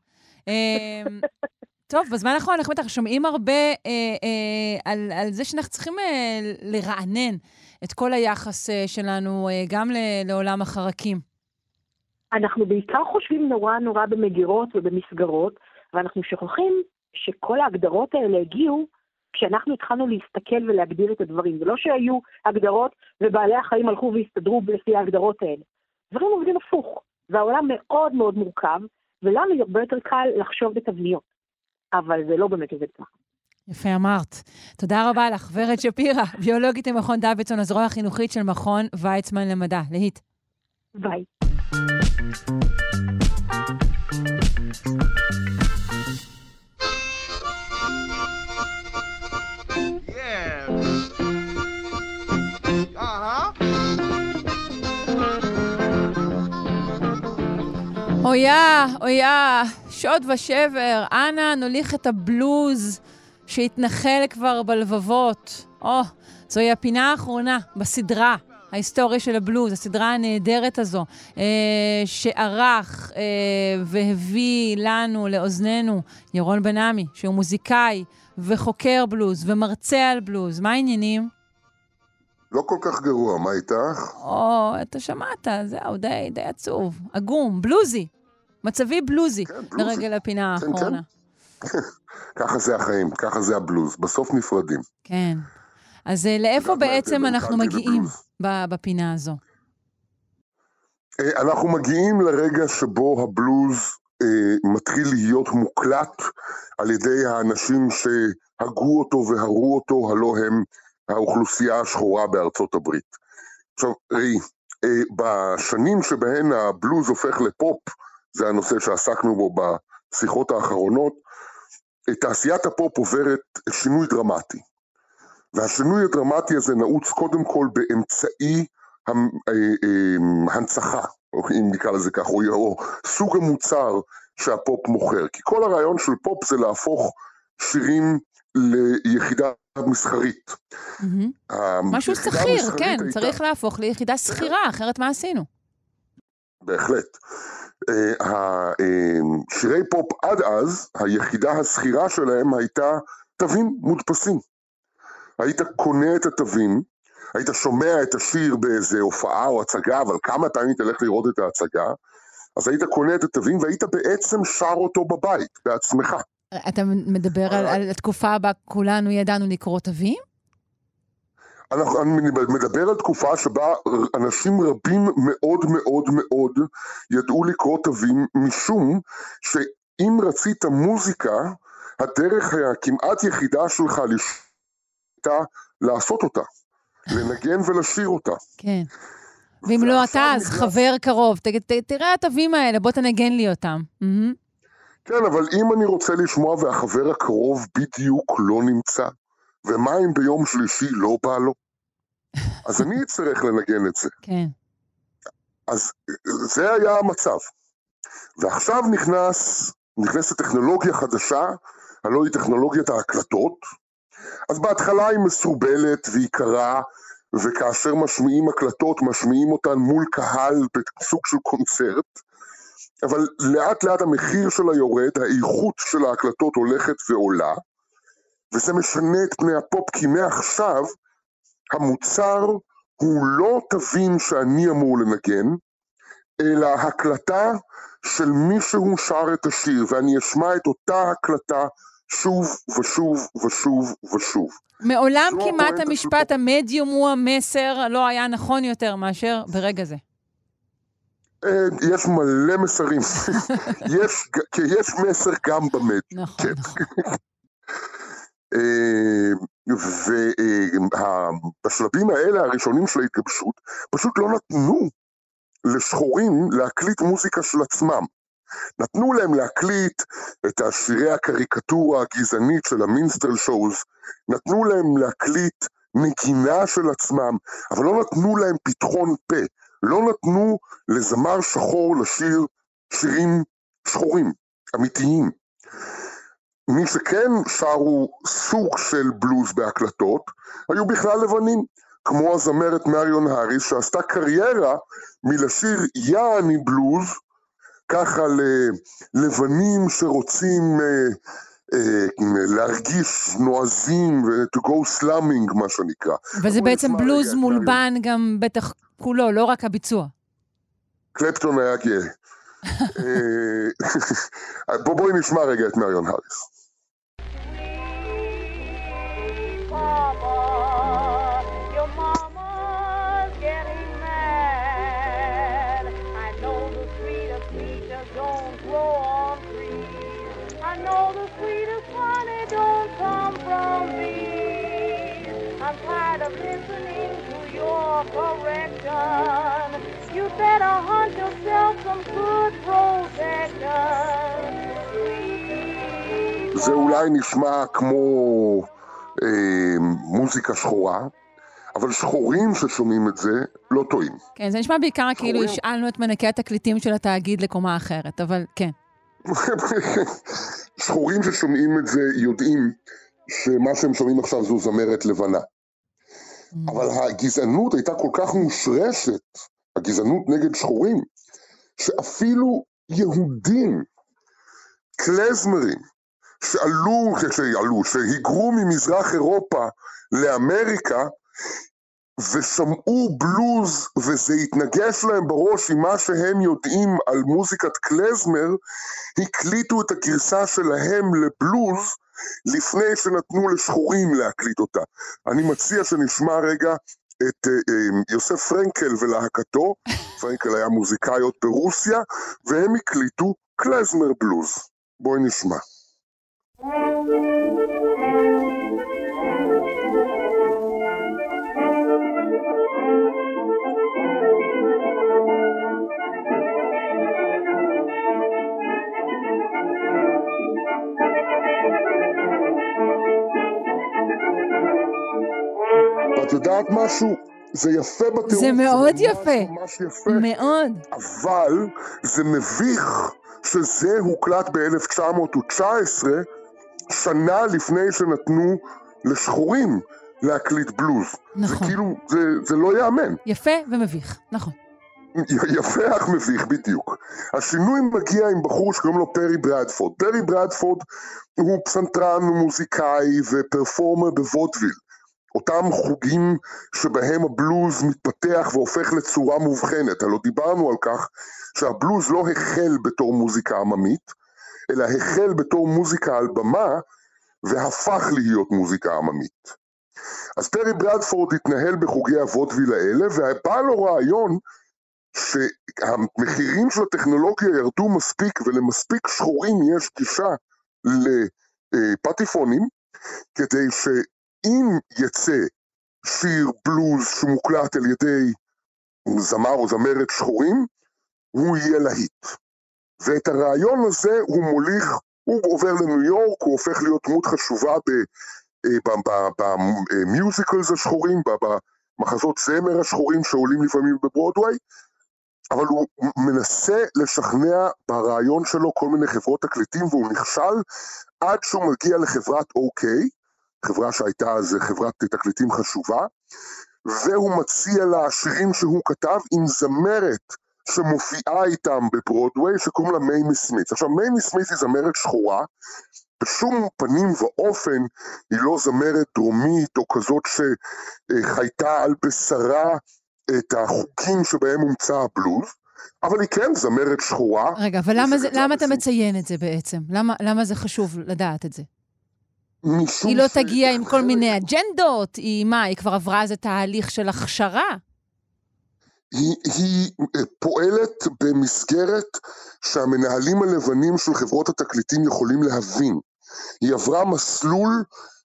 טוב, בזמן האחרון אנחנו בטח שומעים הרבה על זה שאנחנו צריכים לרענן את כל היחס שלנו גם לעולם החרקים. אנחנו בעיקר חושבים נורא נורא במגירות ובמסגרות, ואנחנו שוכחים שכל ההגדרות האלה הגיעו כשאנחנו התחלנו להסתכל ולהגדיר את הדברים. זה לא שהיו הגדרות ובעלי החיים הלכו והסתדרו לפי ההגדרות האלה. דברים עובדים הפוך, והעולם מאוד מאוד מורכב, ולנו הרבה יותר קל לחשוב בתבניות. אבל זה לא באמת עובד ככה. יפה אמרת. תודה רבה לך, ורד שפירא, ביולוגית במכון דוידסון, הזרוע החינוכית של מכון ויצמן למדע. להיט. ביי. אויה, שוד ושבר, אנה נוליך את הבלוז שהתנחל כבר בלבבות. זוהי הפינה האחרונה בסדרה, ההיסטוריה של הבלוז, הסדרה הנהדרת הזו, שערך והביא לנו, לאוזננו, ירון בנעמי, שהוא מוזיקאי וחוקר בלוז ומרצה על בלוז. מה העניינים? לא כל כך גרוע, מה איתך? אתה שמעת, זהו, די עצוב. אגום, בלוזי. מצבי בלוזי, כן, לרגל הפינה האחרונה. כן. ככה זה החיים, ככה זה הבלוז. בסוף נפרדים. כן. אז לאיפה בעצם אנחנו מגיעים בפינה הזו? אנחנו מגיעים לרגע שבו הבלוז מתחיל להיות מוקלט על ידי האנשים שהגו אותו והראו אותו, הלא הם האוכלוסייה השחורה בארצות הברית. עכשיו, בשנים שבהן הבלוז הופך לפופ, זה הנושא שעסקנו בו בשיחות האחרונות, תעשיית הפופ עוברת שינוי דרמטי. והשינוי הדרמטי הזה נעוץ קודם כל באמצעי הנצחה, אם נקרא לזה כך, או סוג המוצר שהפופ מוכר. כי כל הרעיון של פופ זה להפוך שירים ליחידה מסחרית. משהו שכיר, כן, צריך להפוך ליחידה שכירה, אחרת מה עשינו? בהחלט. שירי פופ עד אז, היחידה השכירה שלהם הייתה תווים מודפסים. היית קונה את התווים, היית שומע את השיר באיזה הופעה או הצגה, אבל כמה פעמים תלך לראות את ההצגה, אז היית קונה את התווים והיית בעצם שר אותו בבית, בעצמך. אתה מדבר על התקופה בה כולנו ידענו לקרוא תווים? אני מדבר על תקופה שבה אנשים רבים מאוד מאוד מאוד ידעו לקרוא תווים, משום שאם רצית מוזיקה, הדרך היה כמעט יחידה שלך לעשות אותה, לנגן ולשיר אותה. כן. ואם לא אתה, אז חבר קרוב, תראה התווים האלה, בוא תנגן לי אותם. כן, אבל אם אני רוצה לשמוע והחבר הקרוב בדיוק לא נמצא, ומה אם ביום שלישי לא בא לו? אז אני אצטרך לנגן את זה. כן. אז זה היה המצב. ועכשיו נכנסת טכנולוגיה חדשה, הלוא היא טכנולוגיית ההקלטות. אז בהתחלה היא מסורבלת והיא קרה, וכאשר משמיעים הקלטות, משמיעים אותן מול קהל בסוג של קונצרט, אבל לאט לאט המחיר שלה יורד, האיכות של ההקלטות הולכת ועולה, וזה משנה את פני הפופ, כי מעכשיו המוצר הוא לא תווים שאני אמור לנגן, אלא הקלטה של מישהו שר את השיר, ואני אשמע את אותה הקלטה שוב ושוב ושוב ושוב. מעולם כמעט המשפט המדיום הוא המסר לא היה נכון יותר מאשר ברגע זה. יש מלא מסרים, כי יש מסר גם במדיום. נכון, נכון. ובשלבים האלה הראשונים של ההתגבשות, פשוט לא נתנו לשחורים להקליט מוזיקה של עצמם. נתנו להם להקליט את השירי הקריקטורה הגזענית של המינסטרל שואוז, נתנו להם להקליט נגינה של עצמם, אבל לא נתנו להם פתחון פה, לא נתנו לזמר שחור לשיר שירים שחורים, אמיתיים. מי שכן שרו סוג של בלוז בהקלטות, היו בכלל לבנים, כמו הזמרת מריון האריס, שעשתה קריירה מלשיר יעני בלוז, ככה ללבנים שרוצים להרגיש נועזים ו-to go slumming, מה שנקרא. וזה בעצם בלוז מולבן גם בטח כולו, לא רק הביצוע. קלפטון היה גאה. בואי נשמע רגע את מריון האריס. You better hunt yourself some good protection. זה אולי נשמע כמו מוזיקה שחורה, אבל שחורים ששומעים את זה לא טועים. כן, זה נשמע בעיקר כאילו השאלנו את מנקי התקליטים של התאגיד לקומה אחרת, אבל כן. שחורים ששומעים את זה יודעים שמה שהם שומעים עכשיו זו זמרת לבנה. אבל הגזענות הייתה כל כך מושרשת, הגזענות נגד שחורים, שאפילו יהודים, קלזמרים, שהיגרו ממזרח אירופה לאמריקה, ושמעו בלוז, וזה התנגש להם בראש עם מה שהם יודעים על מוזיקת קלזמר, הקליטו את הגרסה שלהם לבלוז, לפני שנתנו לשחורים להקליט אותה. אני מציע שנשמע רגע את יוסף פרנקל ולהקתו, פרנקל היה מוזיקאיות ברוסיה, והם הקליטו קלזמר בלוז. בואי נשמע. את יודעת משהו? זה יפה בתיאור. זה מאוד יפה. מאוד. אבל זה מביך שזה הוקלט ב-1919, שנה לפני שנתנו לשחורים להקליט בלוז. נכון. זה כאילו, זה לא יאמן. יפה ומביך, נכון. יפה אך מביך, בדיוק. השינוי מגיע עם בחור שקוראים לו פרי ברדפורד. פרי ברדפורד הוא פסנתרן ומוזיקאי ופרפורמר בוודוויל. אותם חוגים שבהם הבלוז מתפתח והופך לצורה מובחנת. הלא דיברנו על כך שהבלוז לא החל בתור מוזיקה עממית, אלא החל בתור מוזיקה על במה, והפך להיות מוזיקה עממית. אז פרי ברדפורד התנהל בחוגי הוודוויל האלה, ובא לו רעיון שהמחירים של הטכנולוגיה ירדו מספיק, ולמספיק שחורים יש גישה לפטיפונים, כדי שאם יצא שיר בלוז שמוקלט על ידי זמר או זמרת שחורים, הוא יהיה להיט. ואת הרעיון הזה הוא מוליך, הוא עובר לניו יורק, הוא הופך להיות דמות חשובה במיוזיקלס השחורים, במחזות זמר השחורים שעולים לפעמים בברודווי, אבל הוא מנסה לשכנע ברעיון שלו כל מיני חברות תקליטים, והוא נכשל עד שהוא מגיע לחברת אוקיי, חברה שהייתה אז חברת תקליטים חשובה, והוא מציע לה שירים שהוא כתב עם זמרת שמופיעה איתם בברודווי, שקוראים לה מיימי סמית. עכשיו, מיימי סמית היא זמרת שחורה, בשום פנים ואופן היא לא זמרת דרומית, או כזאת שחייתה על בשרה את החוקים שבהם הומצא הבלוז, אבל היא כן זמרת שחורה. רגע, אבל למה אתה מציין את זה בעצם? למה זה חשוב לדעת את זה? היא לא תגיע עם כל מיני אג'נדות? היא כבר עברה איזה תהליך של הכשרה? היא פועלת במסגרת שהמנהלים הלבנים של חברות התקליטים יכולים להבין. היא עברה מסלול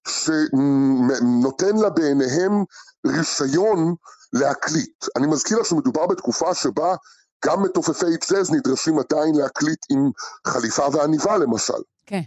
שנותן לה בעיניהם רישיון להקליט. אני מזכיר לך שמדובר בתקופה שבה גם מתופפי ג'אז נדרשים עדיין להקליט עם חליפה ועניבה למשל. כן.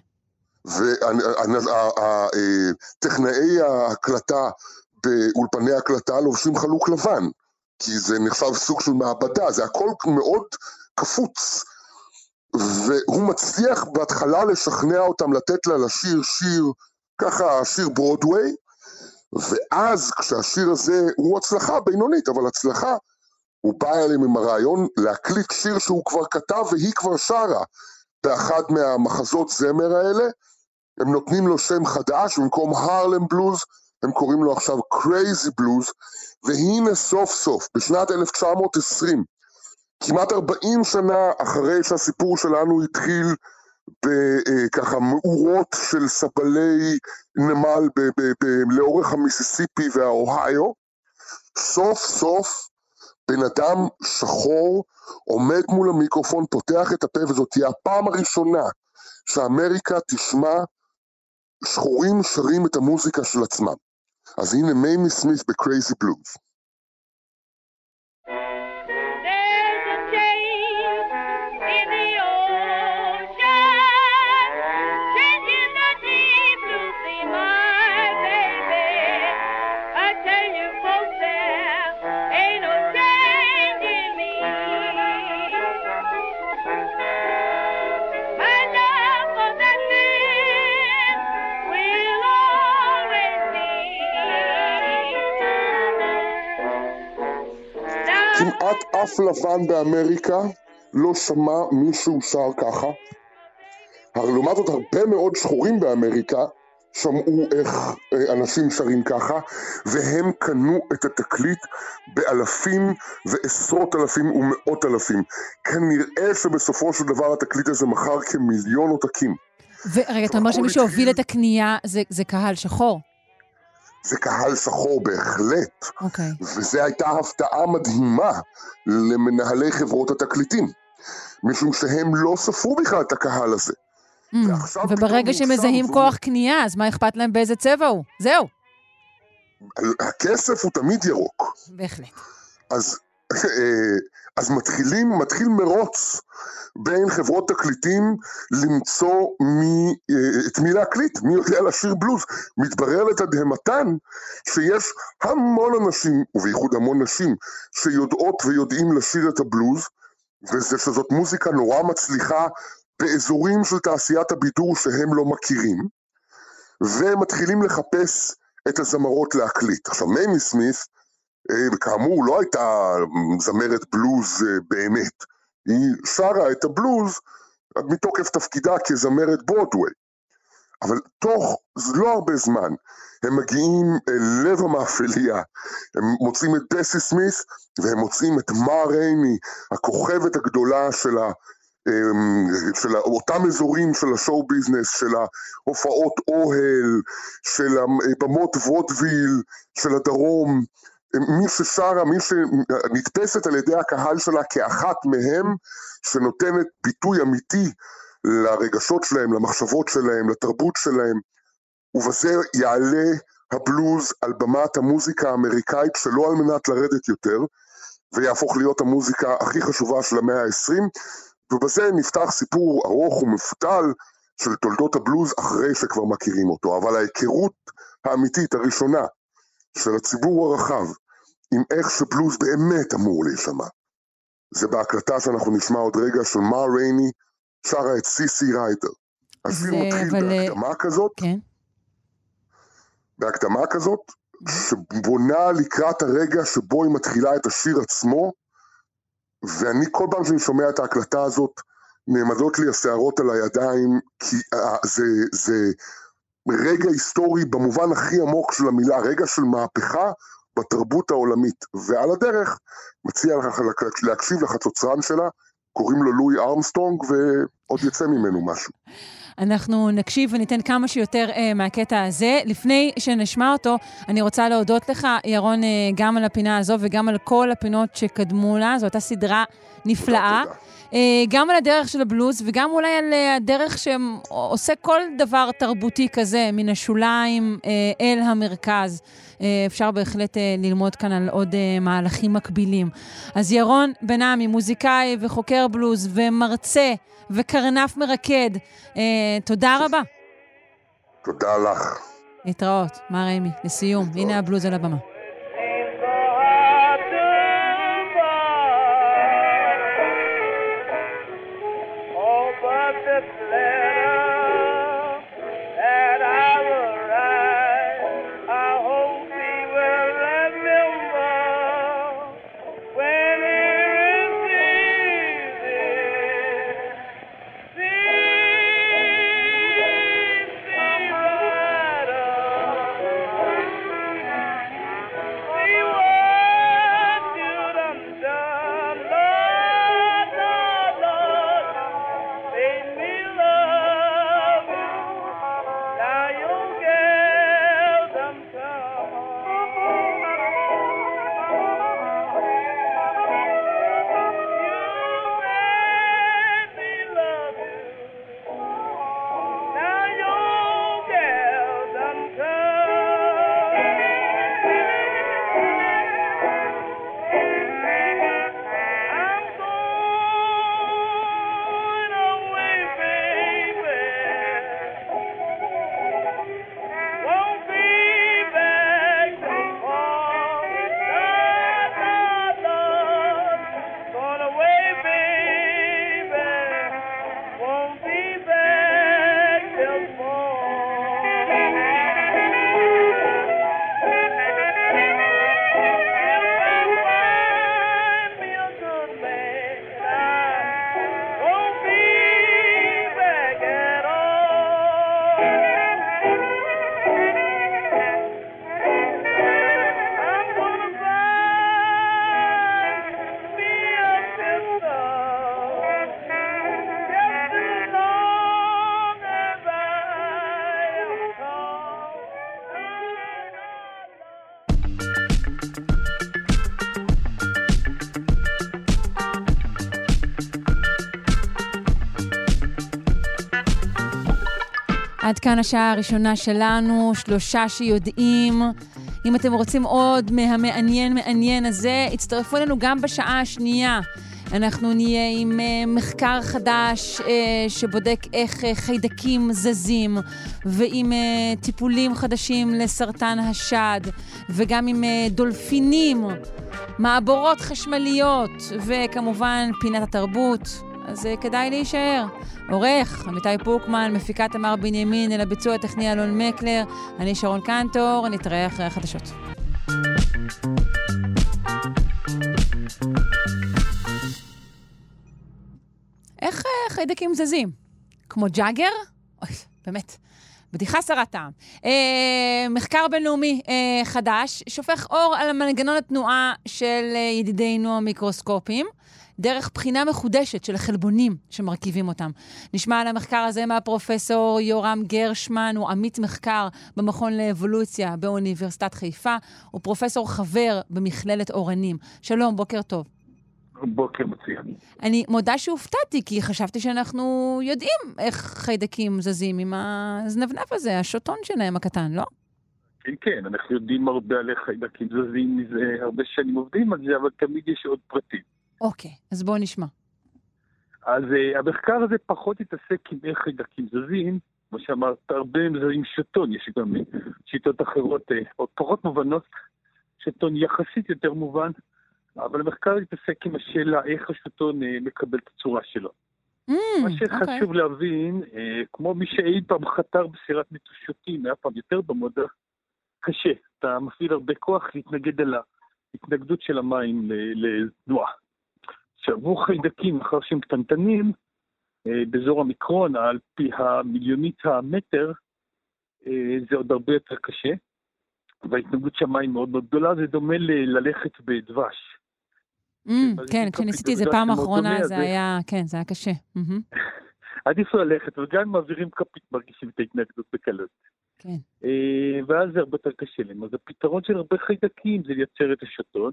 וטכנאי ההקלטה באולפני הקלטה לובשים חלוק לבן, כי זה נחשב סוג של מעבדה, זה הכל מאוד קפוץ. והוא מצליח בהתחלה לשכנע אותם לתת לה לשיר שיר, ככה שיר ברודווי, ואז כשהשיר הזה הוא הצלחה בינונית, אבל הצלחה, הוא בא אליהם עם הרעיון להקליט שיר שהוא כבר כתב והיא כבר שרה באחד מהמחזות זמר האלה. הם נותנים לו שם חדש, במקום הרלם בלוז, הם קוראים לו עכשיו קרייזי בלוז, והנה סוף סוף, בשנת 1920, כמעט 40 שנה אחרי שהסיפור שלנו התחיל בככה מאורות של סבלי נמל לאורך המיסיסיפי והאוהיו, סוף סוף בן אדם שחור עומד מול המיקרופון, פותח את הפה, וזאת תהיה הפעם הראשונה שאמריקה תשמע שחורים שרים את המוזיקה של עצמם. אז הנה מיימי סמית בקרייזי בלוז. כמעט אף לבן באמריקה לא שמע מישהו שר ככה. לעומת זאת הרבה מאוד שחורים באמריקה שמעו איך אנשים שרים ככה, והם קנו את התקליט באלפים ועשרות אלפים ומאות אלפים. כנראה שבסופו של דבר התקליט הזה מכר כמיליון עותקים. ורגע, אתה אומר שמי שהוביל את הקנייה זה קהל שחור? זה קהל שחור בהחלט, וזה הייתה הפתעה מדהימה למנהלי חברות התקליטים, משום שהם לא ספרו בכלל את הקהל הזה. וברגע שמזהים כוח קנייה, אז מה אכפת להם באיזה צבע הוא? זהו. הכסף הוא תמיד ירוק. בהחלט. אז מתחיל מרוץ בין חברות תקליטים למצוא את מי להקליט, מי יודע לשיר בלוז. מתברר לתדהמתן שיש המון אנשים, ובייחוד המון נשים, שיודעות ויודעים לשיר את הבלוז, וזה שזאת מוזיקה נורא מצליחה באזורים של תעשיית הבידור שהם לא מכירים, ומתחילים לחפש את הזמרות להקליט. עכשיו, מימי סמית, כאמור, לא הייתה זמרת בלוז באמת, היא שרה את הבלוז מתוקף תפקידה כזמרת ברודווי. אבל תוך לא הרבה זמן, הם מגיעים אל לב המאפליה, הם מוצאים את בסי סמית, והם מוצאים את מה רייני, הכוכבת הגדולה של אותם אזורים של השואו ביזנס, של ההופעות אוהל, של הבמות וודוויל, של הדרום, מי ששרה, מי שנתפסת על ידי הקהל שלה כאחת מהם, שנותנת ביטוי אמיתי לרגשות שלהם, למחשבות שלהם, לתרבות שלהם, ובזה יעלה הבלוז על במת המוזיקה האמריקאית שלא על מנת לרדת יותר, ויהפוך להיות המוזיקה הכי חשובה של המאה ה-20, ובזה נפתח סיפור ארוך ומפותל של תולדות הבלוז אחרי שכבר מכירים אותו. אבל ההיכרות האמיתית הראשונה של הציבור הרחב עם איך שבלוז באמת אמור להישמע, זה בהקלטה שאנחנו נשמע עוד רגע של מה רייני שרה את סיסי ריידר. השיר מתחיל בהקדמה כזאת, כן. בהקדמה כזאת, שבונה לקראת הרגע שבו היא מתחילה את השיר עצמו, ואני כל פעם שאני שומע את ההקלטה הזאת, נעמדות לי השערות על הידיים, כי זה רגע היסטורי במובן הכי עמוק של המילה, רגע של מהפכה בתרבות העולמית, ועל הדרך מציע לך להקשיב לחצוצרן שלה, קוראים לו לואי ארמסטרונג, ועוד יצא ממנו משהו. אנחנו נקשיב וניתן כמה שיותר מהקטע הזה. לפני שנשמע אותו, אני רוצה להודות לך, ירון, גם על הפינה הזו וגם על כל הפינות שקדמו לה. זו אותה סדרה נפלאה. גם על הדרך של הבלוז וגם אולי על הדרך שעושה כל דבר תרבותי כזה, מן השוליים אל המרכז. אפשר בהחלט ללמוד כאן על עוד מהלכים מקבילים. אז ירון בן-עמי, מוזיקאי וחוקר בלוז ומרצה וקרנף מרקד, תודה רבה. תודה לך. להתראות, מה ריימי, לסיום, הנה הבלוז על הבמה. עד כאן השעה הראשונה שלנו, 3 שיודעים. אם אתם רוצים עוד מהמעניין הזה, הצטרפו אלינו גם בשעה השנייה. אנחנו נהיה עם מחקר חדש שבודק איך חיידקים זזים, ועם טיפולים חדשים לסרטן השד, וגם עם דולפינים, מעבורות חשמליות, וכמובן פינת התרבות. אז כדאי להישאר. עורך, עמיתי פוקמן, מפיקה תמר בנימין, אל הביצוע הטכני אלון מקלר, אני שרון קנטור, נתראה אחרי החדשות. איך חיידקים זזים? כמו ג'אגר? אוי, באמת. בדיחה סרת טעם. מחקר בינלאומי חדש שופך אור על מנגנון התנועה של ידידינו המיקרוסקופים, דרך בחינה מחודשת של החלבונים שמרכיבים אותם. נשמע על המחקר הזה מהפרופסור יורם גרשמן, הוא עמית מחקר במכון לאבולוציה באוניברסיטת חיפה, הוא פרופסור חבר במכללת אורנים. שלום, בוקר טוב. בוקר מצוין. אני מודה שהופתעתי, כי חשבתי שאנחנו יודעים איך חיידקים זזים עם הזנבנב הזה, השוטון שלהם הקטן, לא? כן, כן, אנחנו יודעים הרבה על איך חיידקים זזים, מזה הרבה שנים עובדים על זה, אבל תמיד יש עוד פרטים. אוקיי, אז בואו נשמע. אז המחקר הזה פחות התעסק עם איך חיידקים זזים, כמו שאמרת, הרבה הם זזים שוטון, יש גם שיטות אחרות, עוד פחות מובנות, שוטון יחסית יותר מובן, אבל המחקר התעסק עם השאלה איך השוטון מקבל את הצורה שלו. מה שחשוב להבין, כמו מי שאי פעם חתר בסירת מטושוטים, היה פעם יותר במודע, קשה. אתה מפעיל הרבה כוח להתנגד על ההתנגדות של המים לתנועה. שעבור חיידקים, אחר שהם קטנטנים, באזור המיקרון, על פי המיליונית המטר, זה עוד הרבה יותר קשה. וההתנגדות של המים מאוד מאוד גדולה, זה דומה ללכת בדבש. כן, כשניסיתי את זה פעם האחרונה, זה היה קשה. עדיף ללכת, וגם אם מעבירים כפית מרגישים את ההתנגדות בקלות. כן. ואז זה הרבה יותר קשה להם. אז הפתרון של הרבה חיידקים זה לייצר את השוטון.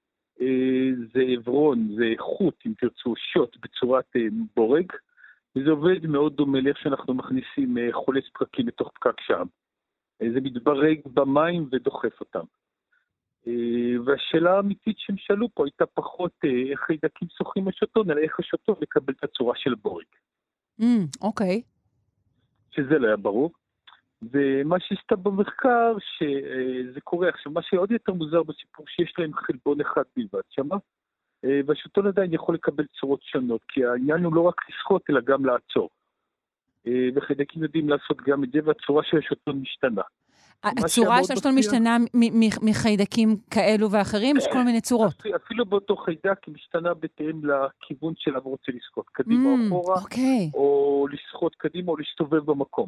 זה עברון, זה חוט, אם תרצו, שוט בצורת בורג. וזה עובד מאוד דומה לאיך שאנחנו מכניסים חולץ פקקים לתוך פקק שם. זה מתברג במים ודוחף אותם. והשאלה האמיתית שהם שאלו פה הייתה פחות איך חיידקים שוחים השוטון, אלא איך השוטון לקבל את הצורה של בורג. אוקיי. שזה לא היה ברור. ומה שהסתבר במחקר, שזה קורה עכשיו, מה שעוד יותר מוזר בסיפור, שיש להם חלבון אחד בלבד שמה, והשוטון עדיין יכול לקבל צורות שונות, כי העניין הוא לא רק לשחות, אלא גם לעצור. וחיידקים יודעים לעשות גם את זה, והצורה של השוטון משתנה. הצורה של השוטון משתנה מחיידקים כאלו ואחרים? יש כל מיני צורות. אפילו באותו חיידק היא משתנה בהתאם לכיוון שלה ורוצה לשחות, קדימה או אחורה, או לשחות קדימה או להסתובב במקום.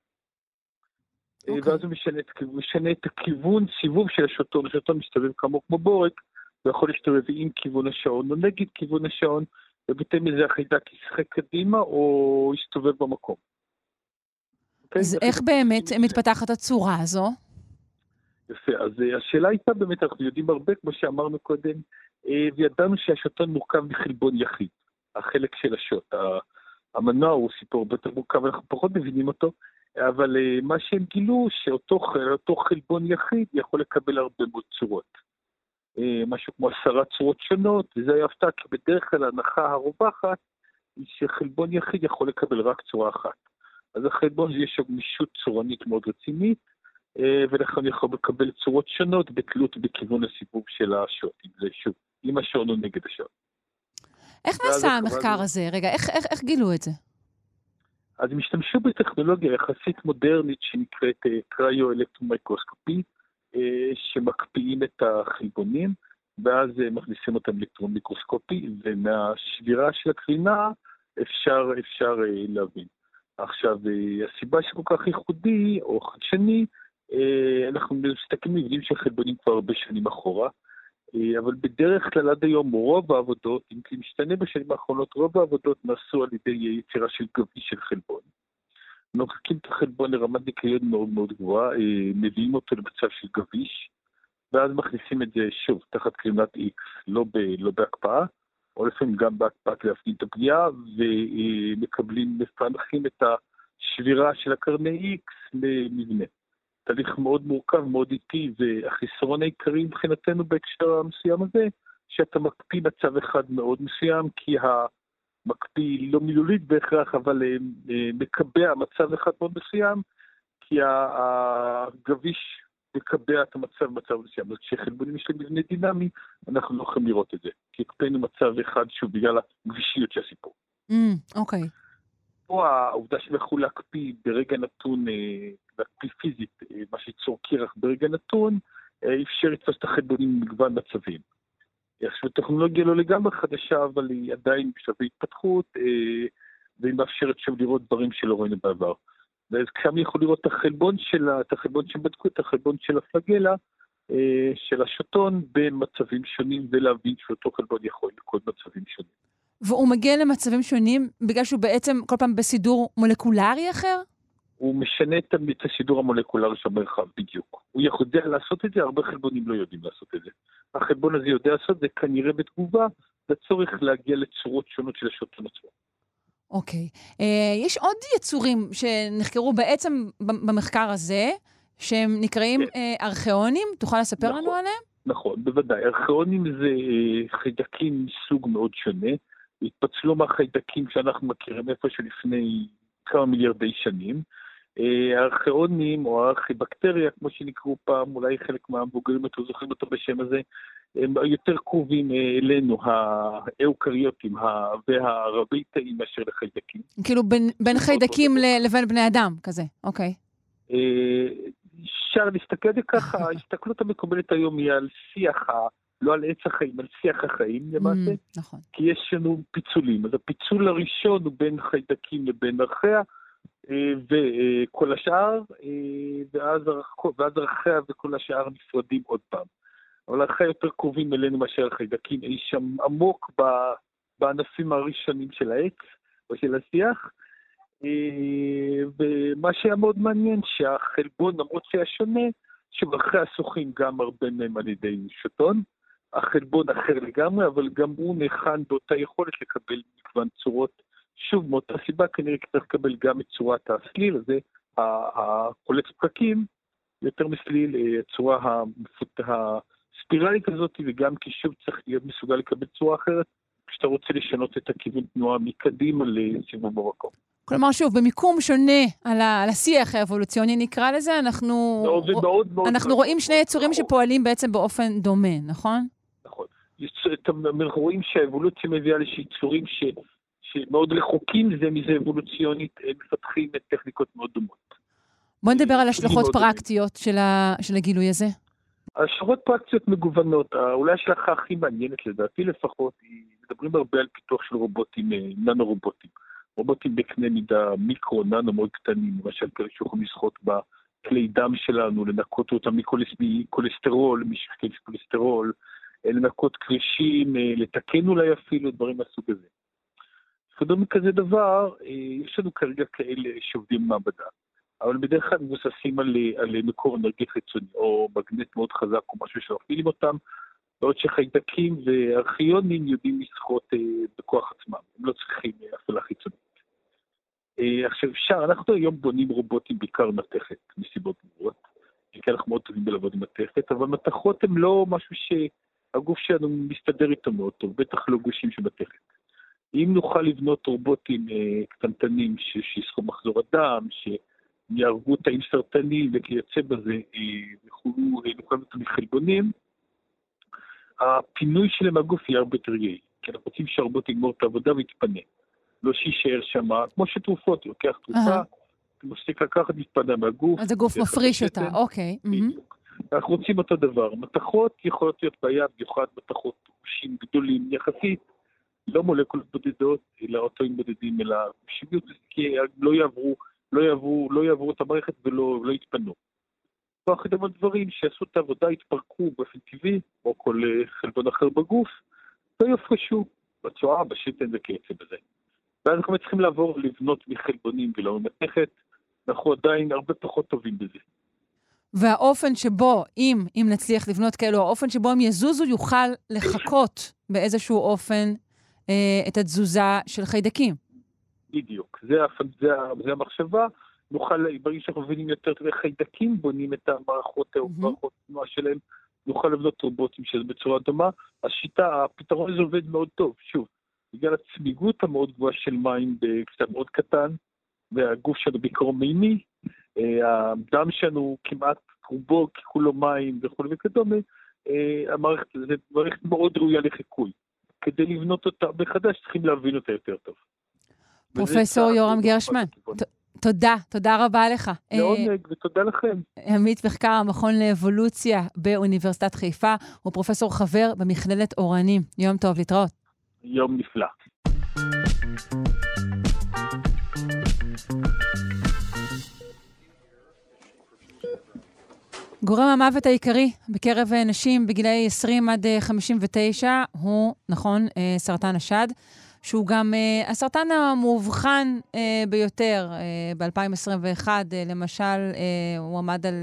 ואז הוא משנה את הכיוון, סיבוב של השוטון. השוטון מסתובב כמו בורג, ויכול להסתובב עם כיוון השעון או נגד כיוון השעון, ובהתאם לזה החיידק ישחק קדימה או יסתובב במקום. אז איך באמת מתפתחת הצורה הזו? יפה, אז השאלה הייתה באמת, אנחנו יודעים הרבה, כמו שאמרנו קודם, וידענו שהשוטון מורכב מחלבון יחיד, החלק של השוט. המנוע הוא סיפור יותר מורכב, אנחנו פחות מבינים אותו, אבל מה שהם גילו, שאותו חלבון יחיד יכול לקבל הרבה מאוד צורות. משהו כמו 10 צורות שונות, וזה היה הפתעה, כי בדרך כלל ההנחה הרווחת, היא שחלבון יחיד יכול לקבל רק צורה אחת. אז החלבון יש לו גמישות צורנית מאוד רצינית, ולכן יכול לקבל צורות שונות בתלות בכיוון הסיבוב של השוט, אם זה שוב, עם השעון או נגד השעון. איך נעשה המחקר הזה? רגע, איך גילו את זה? אז הם השתמשו בטכנולוגיה יחסית מודרנית שנקראת קריו-אלקטרומיקרוסקופי, שמקפיאים את החלבונים, ואז מכניסים אותם אלקטרון מיקרוסקופי, ומהשבירה של הקרינה אפשר להבין. עכשיו, הסיבה שכל כך ייחודי או חדשני, אנחנו מסתכלים ויודעים שהחלבונים כבר הרבה שנים אחורה, אבל בדרך כלל עד היום רוב העבודות, אם כי משתנה בשנים האחרונות, רוב העבודות נעשו על ידי יצירה של גביש של חלבון. מרחיקים את החלבון לרמת ניקיון מאוד מאוד גבוהה, מביאים אותו למצב של גביש, ואז מכניסים את זה שוב תחת קרינת X, לא בהקפאה, או לפעמים גם בהקפאה להפגין את הפגיעה, מפענחים את השבירה של הקרני X למבנה. תהליך מאוד מורכב, מאוד איטי, והחיסרון העיקרי מבחינתנו בהקשר המסוים הזה, שאתה מקפיא מצב אחד מאוד מסוים, כי המקפיא לא מילולית בהכרח, אבל מקבע מצב אחד מאוד מסוים, כי הגביש מקבע את מצב מסוים. אז כשחלבונים יש להם מבנה דינמי, אנחנו לא יכולים לראות את זה, כי הקפאנו מצב אחד שהוא בגלל הגבישיות של הסיפור. אוקיי. פה העובדה שהם יכלו להקפיא ברגע נתון, להקפיא פיזית, מה שיצור קרח ברגע נתון, אפשר לתפוס את החלבונים במגוון מצבים. עכשיו, הטכנולוגיה לא לגמרי חדשה, אבל היא עדיין בשלבי התפתחות, והיא מאפשרת שוב לראות דברים שלא ראינו בעבר. ואז כשהם יכולו לראות את החלבון שבדקו, את החלבון של הפלגלה, של השוטון, במצבים שונים, ולהבין שאותו חלבון יכול לקרות מצבים שונים. והוא מגיע למצבים שונים בגלל שהוא בעצם כל פעם בסידור מולקולרי אחר? הוא משנה את הסידור המולקולרי של המרחב בדיוק. הוא יודע לעשות את זה, הרבה חלבונים לא יודעים לעשות את זה. החלבון הזה יודע לעשות זה כנראה בתגובה, לצורך להגיע לצורות שונות של השוטון עצמו. אוקיי. יש עוד יצורים שנחקרו בעצם במחקר הזה, שהם נקראים ארכיונים? תוכל לספר לנו עליהם? נכון, בוודאי. ארכיונים זה חיידקים מסוג מאוד שונה. התפצלו מהחיידקים שאנחנו מכירים איפה שלפני כמה מיליארדי שנים. הארכיונים או הארכיבקטריה, כמו שנקראו פעם, אולי חלק מהמבוגרים יותר זוכרים אותו בשם הזה, הם יותר קרובים אלינו, האוקריוטים והרבי תאים מאשר לחיידקים. כאילו בין חיידקים לבין בני אדם, כזה, אוקיי. אפשר להסתכל ככה, ההסתכלות המקובלת היום היא על שיח, לא על עץ החיים, על שיח החיים למעשה, נכון. כי יש לנו פיצולים. אז הפיצול הראשון הוא בין חיידקים לבין ארכיה, וכל השאר, ואז ארכיה וכל השאר נפרדים עוד פעם. אבל ארכיה יותר קרובים אלינו מאשר החיידקים, יש שם עמוק בענפים הראשונים של העץ, או של השיח, ומה שהיה מאוד מעניין, שהחלבון, למרות שהיה שונה, שבארכיה שוחים גם הרבה מהם על ידי שוטון, החלבון אחר לגמרי, אבל גם הוא נכן באותה יכולת לקבל מגוון צורות, שוב, מאותה סיבה כנראה צריך לקבל גם את צורת הסליל, הזה, הקולט פקקים, יותר מסליל, צורה הספירלית הזאת, וגם כי שוב צריך להיות מסוגל לקבל צורה אחרת, כשאתה רוצה לשנות את הכיוון תנועה מקדימה לסיבוב במקום. כלומר, שוב, במיקום שונה על השיח האבולוציוני נקרא לזה, אנחנו רואים שני יצורים שפועלים בעצם באופן דומה, נכון? נכון. אנחנו רואים שהאבולוציה מביאה ליצורים שמאוד רחוקים זה מזה אבולוציונית, הם מפתחים את טכניקות מאוד דומות. בוא נדבר על השלכות פרקטיות של הגילוי הזה. השלכות פרקטיות מגוונות, אולי השלכה הכי מעניינת לדעתי לפחות, מדברים הרבה על פיתוח של רובוטים, ננו-רובוטים. רובוטים בקנה מידה מיקרו, ננו מאוד קטנים, למשל כאלה שיכולים לשחות בכלי דם שלנו, לנקות אותם מקולסטרול, משקל של קולסטרול, לנקות קרישים, לתקן אולי אפילו, דברים מהסוג הזה. כדומה כזה דבר, יש לנו כרגע כאלה שעובדים במעבדה, אבל בדרך כלל מבוססים על מקור אנרגיה חיצוני, או מגנט מאוד חזק, או משהו שמפעילים אותם, בעוד שחיידקים וארכיונים יודעים לשחות בכוח עצמם, הם לא צריכים הפעלה חיצונית. עכשיו אנחנו היום בונים רובוטים בעיקר מתכת, מסיבות ברורות, כי אנחנו מאוד טובים בלעבוד עם מתכת, אבל מתכות הם לא משהו שהגוף שלנו מסתדר איתו מאוד טוב, בטח לא גושים של מתכת. אם נוכל לבנות רובוטים קטנטנים שיסחו מחזור הדם, שיהרגו תאים סרטניים וכייצא בזה, נוכל לבנות מחלבונים, הפינוי שלהם מהגוף יהיה הרבה יותר יעיל, כי אנחנו רוצים שהרובוט יגמור את העבודה ויתפנה. לא שישאר שמה, כמו שתרופות, לוקח תרופה, מפסיק לקחת, מתפנה מהגוף. אז הגוף מפריש אותה, אוקיי. אנחנו רוצים אותו דבר. מתכות יכולות להיות בעיה, במיוחד מתכות גושים גדולים יחסית, לא מולקולות בודדות, אלא אוטואים בודדים, אלא גושים, כי לא יעברו את המערכת ולא יתפנו. ואחד הדברים שעשו את העבודה התפרקו באופן טבעי, או כל חלבון אחר בגוף, לא יפרשו בצועה, בשתן וכיוצא בזה. ואז אנחנו צריכים לעבור לבנות מחלבונים ולא ממתכת, אנחנו עדיין הרבה פחות טובים בזה. והאופן שבו, אם נצליח לבנות כאלו, האופן שבו הם יזוזו יוכל לחכות באיזשהו אופן את התזוזה של חיידקים. בדיוק, זה המחשבה. נוכל, ברגע שאנחנו מבינים יותר חיידקים, בונים את המערכות תנועה שלהם, נוכל לבנות רובוטים שזה בצורה דומה. הפתרון הזה עובד מאוד טוב, שוב, בגלל הצמיגות המאוד גבוהה של מים בקצת מאוד קטן, והגוף שלנו בעיקרו מימי, הדם שלנו כמעט רובו ככולו מים וכו' וכדומה, המערכת זה מערכת מאוד ראויה לחיקוי. כדי לבנות אותה מחדש צריכים להבין אותה יותר טוב. פרופסור יורם גרשמן, תודה רבה לך. לעונג, ותודה לכם. עמית מחקר המכון לאבולוציה באוניברסיטת חיפה, הוא פרופסור חבר במכללת אורנים. יום טוב, להתראות. יום נפלא. גורם המוות העיקרי בקרב נשים בגילאי 20 עד 59 הוא, נכון, סרטן השד, שהוא גם הסרטן המאובחן ביותר. ב-2021, למשל, הוא עמד על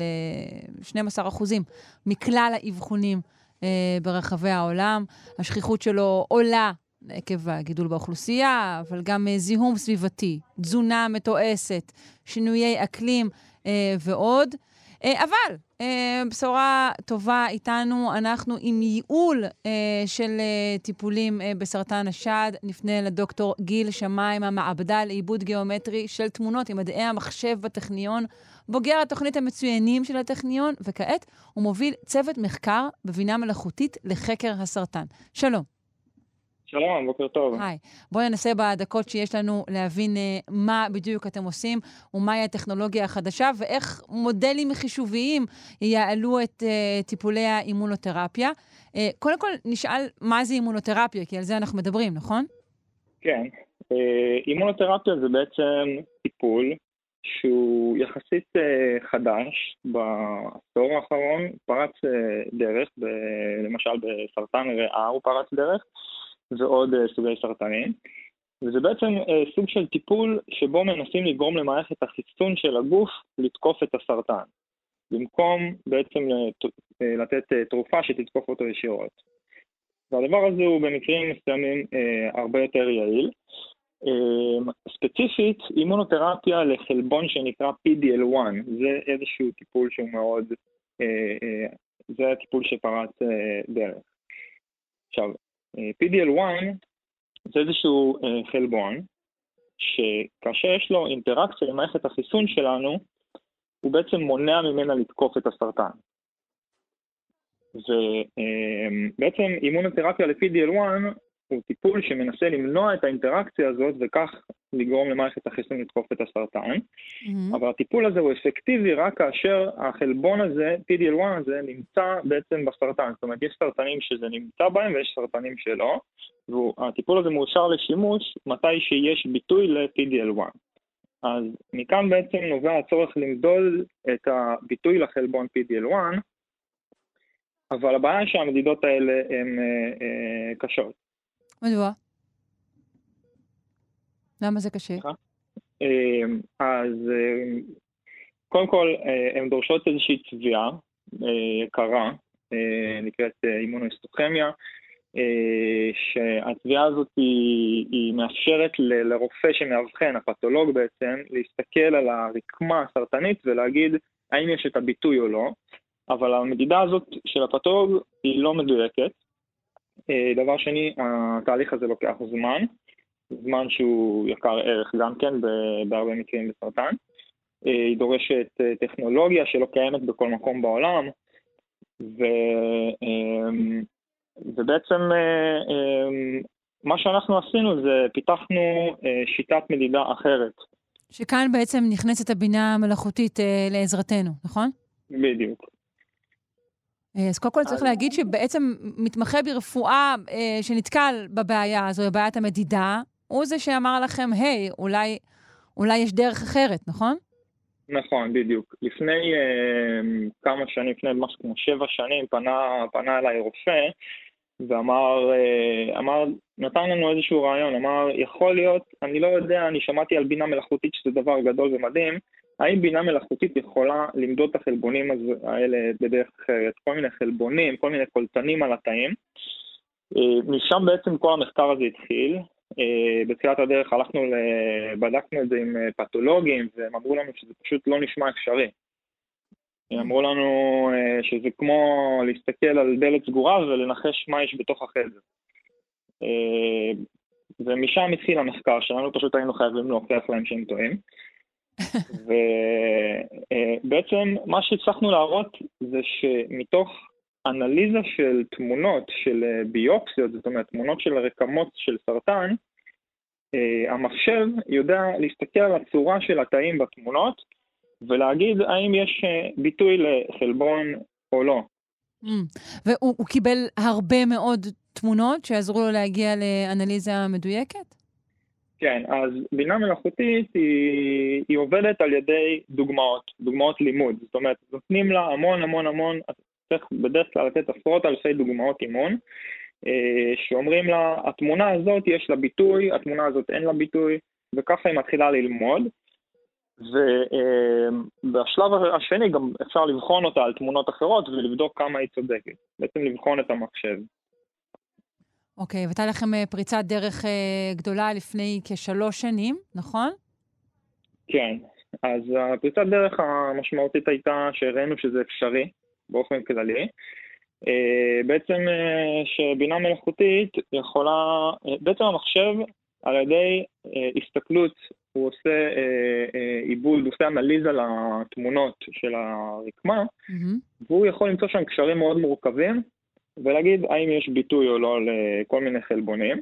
12% מכלל האבחונים ברחבי העולם. השכיחות שלו עולה עקב הגידול באוכלוסייה, אבל גם זיהום סביבתי, תזונה מתועסת, שינויי אקלים ועוד. אבל בשורה טובה איתנו, אנחנו עם ייעול של טיפולים בסרטן השד. נפנה לדוקטור גיל שמיים, המעבדה לעיבוד גיאומטרי של תמונות עם מדעי המחשב בטכניון, בוגר התוכנית המצוינים של הטכניון, וכעת הוא מוביל צוות מחקר בבינה מלאכותית לחקר הסרטן. שלום. שלום, בוקר טוב. היי. בואו ננסה בדקות שיש לנו להבין מה בדיוק אתם עושים ומהי הטכנולוגיה החדשה ואיך מודלים חישוביים יעלו את טיפולי האימונותרפיה. קודם כל נשאל מה זה אימונותרפיה, כי על זה אנחנו מדברים, נכון? כן. אימונותרפיה זה בעצם טיפול שהוא יחסית חדש בעשור האחרון, פרץ דרך, למשל בסרטן ריאה הוא פרץ דרך, ועוד סוגי סרטנים. וזה בעצם סוג של טיפול שבו מנסים לגרום למערכת החיסון של הגוף לתקוף את הסרטן, במקום בעצם לתת תרופה שתתקוף אותו ישירות. והדבר הזה הוא במקרים מסוימים הרבה יותר יעיל. ספציפית, אימונותרפיה לחלבון שנקרא PDL1, זה איזשהו טיפול שהוא מאוד, זה הטיפול שפרץ דרך. עכשיו, PDL1 זה איזשהו חלבון שכאשר יש לו אינטראקציה עם מערכת החיסון שלנו, הוא בעצם מונע ממנה לתקוף את הסרטן. ובעצם אימונותרפיה ל-PDL1 הוא טיפול שמנסה למנוע את האינטראקציה הזאת וכך לגרום למערכת החיסון לתקוף את הסרטן. אבל הטיפול הזה הוא אפקטיבי רק כאשר החלבון הזה, PDL1 הזה, נמצא בעצם בסרטן. זאת אומרת, יש סרטנים שזה נמצא בהם ויש סרטנים שלא. והטיפול הזה מאושר לשימוש מתי שיש ביטוי ל-PDL1. אז מכאן בעצם נובע הצורך למדוד את הביטוי לחלבון PDL1, אבל הבעיה היא שהמדידות האלה הן קשות. מדוע? למה זה קשה? אז קודם כל, הן דורשות איזושהי צביעה קרה, נקראת אימונוהיסטוכמיה, שהצביעה הזאת היא מאפשרת לרופא שמאבחן, הפתולוג בעצם, להסתכל על הרקמה הסרטנית ולהגיד האם יש את הביטוי או לא, אבל המדידה הזאת של הפתולוג היא לא מדויקת. דבר שני, התהליך הזה לוקח זמן שהוא יקר ערך גם כן בהרבה מקרים בסרטן. היא דורשת טכנולוגיה שלא קיימת בכל מקום בעולם, ובעצם מה שאנחנו עשינו זה פיתחנו שיטת מדידה אחרת. שכאן בעצם נכנסת הבינה המלאכותית לעזרתנו, נכון? בדיוק. אז קודם כל צריך להגיד שבעצם מתמחה ברפואה שנתקל בבעיה הזו, בבעיית המדידה, הוא זה שאמר לכם, היי, אולי יש דרך אחרת, נכון? נכון, בדיוק. לפני כמה שנים, לפני משהו כמו 7 שנים, פנה אליי רופא, ואמר, נתן לנו איזשהו רעיון, אמר, יכול להיות, אני לא יודע, אני שמעתי על בינה מלאכותית שזה דבר גדול ומדהים, האם בינה מלאכותית יכולה למדוד את החלבונים האלה בדרך אחרת, כל מיני חלבונים, כל מיני קולטנים על התאים. משם בעצם כל המחקר הזה התחיל. בתחילת הדרך בדקנו את זה עם פתולוגים, והם אמרו לנו שזה פשוט לא נשמע אפשרי. הם אמרו לנו שזה כמו להסתכל על דלת סגורה ולנחש מה יש בתוך החדר. ומשם התחיל המחקר שלנו, פשוט היינו חייבים להוכיח להם שהם טועים. ובעצם מה שהצלחנו להראות זה שמתוך אנליזה של תמונות של ביופסיות, זאת אומרת תמונות של רקמות של סרטן, המחשב יודע להסתכל על הצורה של התאים בתמונות, ולהגיד האם יש ביטוי לחלבון או לא. והוא קיבל הרבה מאוד תמונות שעזרו לו להגיע לאנליזה מדויקת? כן, אז בינה מלאכותית היא עובדת על ידי דוגמאות לימוד. זאת אומרת, נותנים לה המון, צריך בדרך כלל לתת עשרות אלפי דוגמאות אימון, שאומרים לה, התמונה הזאת יש לה ביטוי, התמונה הזאת אין לה ביטוי, וככה היא מתחילה ללמוד. ובשלב השני גם אפשר לבחון אותה על תמונות אחרות ולבדוק כמה היא צודקת. בעצם לבחון את המחשב. אוקיי, והייתה לכם פריצת דרך גדולה לפני כ3 שנים, נכון? כן, אז הפריצת דרך המשמעותית הייתה שהראינו שזה אפשרי באופן כללי. בעצם שבינה מלאכותית יכולה, בעצם המחשב על ידי הסתכלות, הוא עושה עיבוד, הוא עושה אנליזה לתמונות של הרקמה, והוא יכול למצוא שם קשרים מאוד מורכבים, ולהגיד האם יש ביטוי או לא לכל מיני חלבונים.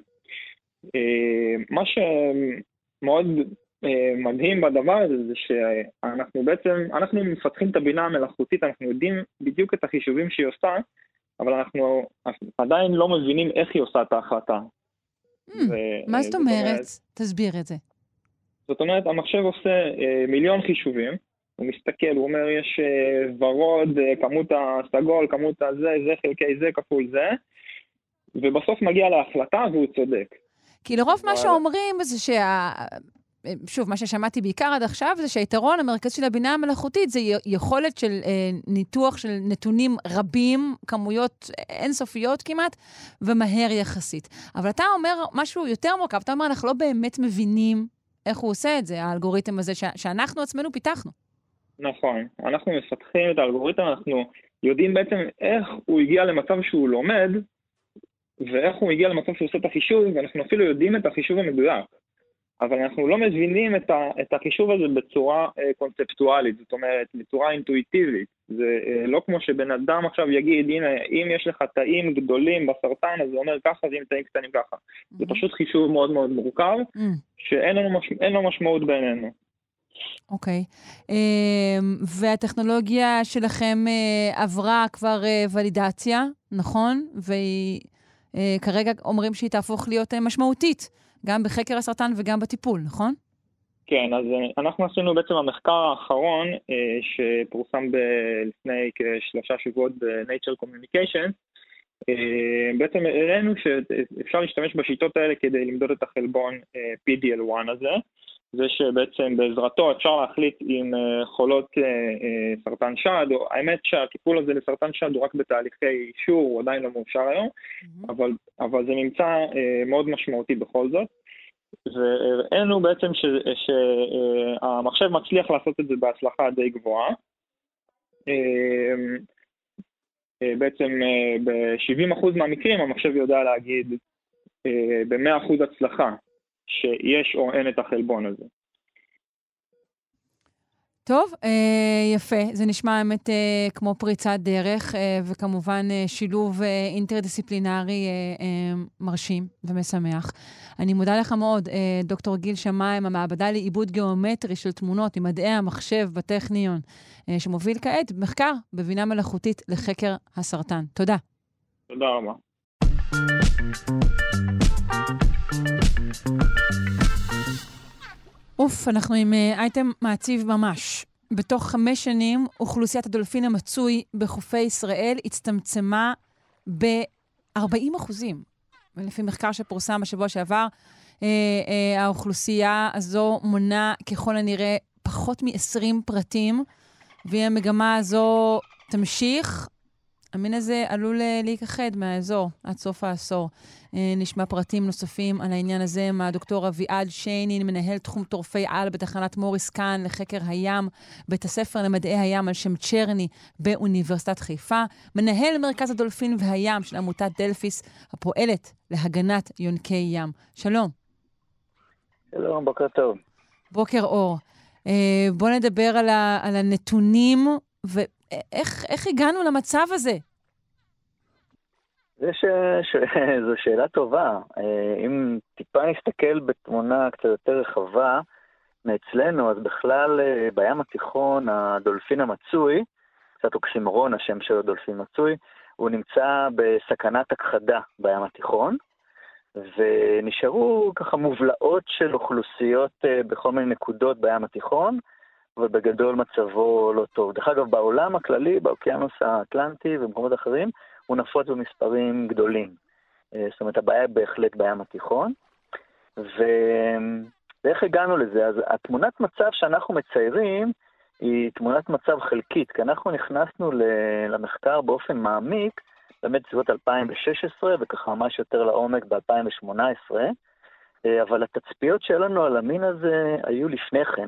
מה שמאוד מדהים בדבר הזה, זה שאנחנו בעצם, אנחנו מפתחים את הבינה המלאכותית, אנחנו יודעים בדיוק את החישובים שהיא עושה, אבל אנחנו עדיין לא מבינים איך היא עושה את ההחלטה. מה זאת אומרת? תסביר את זה. זאת אומרת, המחשב עושה מיליון חישובים, הוא מסתכל, הוא אומר, יש ורוד, כמות הסגול, כמות הזה, זה חלקי זה, כפול זה, ובסוף מגיע להחלטה והוא צודק. כי לרוב מה שאומרים זה שוב, מה ששמעתי בעיקר עד עכשיו, זה שהיתרון המרכזי של הבינה המלאכותית, זה יכולת של ניתוח של נתונים רבים, כמויות אינסופיות כמעט, ומהר יחסית. אבל אתה אומר משהו יותר מורכב, אתה אומר, אנחנו לא באמת מבינים איך הוא עושה את זה, האלגוריתם הזה שאנחנו עצמנו פיתחנו. נכון, אנחנו מפתחים את האלגוריתם, אנחנו יודעים בעצם איך הוא הגיע למצב שהוא לומד, ואיך הוא הגיע למצב שהוא עושה את החישוב, ואנחנו אפילו יודעים את החישוב המדויק. אבל אנחנו לא מבינים את החישוב הזה בצורה קונספטואלית, זאת אומרת, בצורה אינטואיטיבית. זה לא כמו שבן אדם עכשיו יגיד, הנה, אם יש לך תאים גדולים בסרטן, אז זה אומר ככה, ואם תאים קטנים ככה. זה פשוט חישוב מאוד מאוד מורכב, שאין לו משמעות בעינינו. אוקיי. והטכנולוגיה שלכם עברה כבר ולידציה, נכון? וכרגע אומרים שהיא תהפוך להיות משמעותית, גם בחקר הסרטן וגם בטיפול, נכון? כן, אז אנחנו עשינו בעצם המחקר האחרון שפורסם לפני כ3 שבועות ב-Nature Communications. בעצם הראינו שאפשר להשתמש בשיטות האלה כדי למדוד את החלבון PDL1 הזה. זה שבעצם בעזרתו אפשר להחליט אם חולות סרטן שד, או האמת שהטיפול הזה לסרטן שד הוא רק בתהליכי אישור, הוא עדיין לא מאושר היום, אבל זה נמצא מאוד משמעותי בכל זאת. והראינו בעצם שהמחשב מצליח לעשות את זה בהצלחה די גבוהה. בעצם ב-70% מהמקרים המחשב יודע להגיד ב-100% הצלחה שיש או אין את החלבון הזה. טוב, יפה. זה נשמע באמת כמו פריצת דרך, וכמובן שילוב אינטרדיסציפלינרי מרשים ומשמח. אני מודה לך מאוד, דוקטור גיל שמיים, המעבדה לעיבוד גיאומטרי של תמונות עם מדעי המחשב בטכניון, שמוביל כעת מחקר בבינה מלאכותית לחקר הסרטן. תודה. תודה רבה. אנחנו עם אייטם מעציב ממש. בתוך 5 שנים, אוכלוסיית הדולפין המצוי בחופי ישראל הצטמצמה ב-40%. ולפי מחקר שפורסם בשבוע שעבר, האוכלוסייה הזו מונה ככל הנראה פחות מ-20 פרטים, והמגמה הזו תמשיך. המין הזה עלול להיכחד מהאזור עד סוף העשור. נשמע פרטים נוספים על העניין הזה מהדוקטור אביעד שיינין, מנהל תחום טורפי על בתחנת מוריס קאן לחקר הים, בית הספר למדעי הים על שם צ'רני באוניברסיטת חיפה, מנהל מרכז הדולפין והים של עמותת דלפיס, הפועלת להגנת יונקי ים. שלום. שלום, בוקר טוב. בוקר אור. בוא נדבר על הנתונים ואיך הגענו למצב הזה? זו שאלה טובה. אם טיפה נסתכל בתמונה קצת יותר רחבה מאצלנו, אז בכלל בים התיכון הדולפין המצוי, קצת אוקסימורון השם של הדולפין מצוי, הוא נמצא בסכנת הכחדה בים התיכון, ונשארו ככה מובלעות של אוכלוסיות בכל מיני נקודות בים התיכון, ובגדול מצבו לא טוב. דרך אגב, בעולם הכללי, באוקיינוס האטלנטי ובמקומות אחרים, הוא נפוץ במספרים גדולים. זאת אומרת, הבעיה בהחלט בים התיכון. ואיך הגענו לזה? אז התמונת מצב שאנחנו מציירים היא תמונת מצב חלקית, כי אנחנו נכנסנו למחקר באופן מעמיק, באמת בסביבות 2016, וככה ממש יותר לעומק ב-2018, אבל התצפיות שלנו על המין הזה היו לפני כן.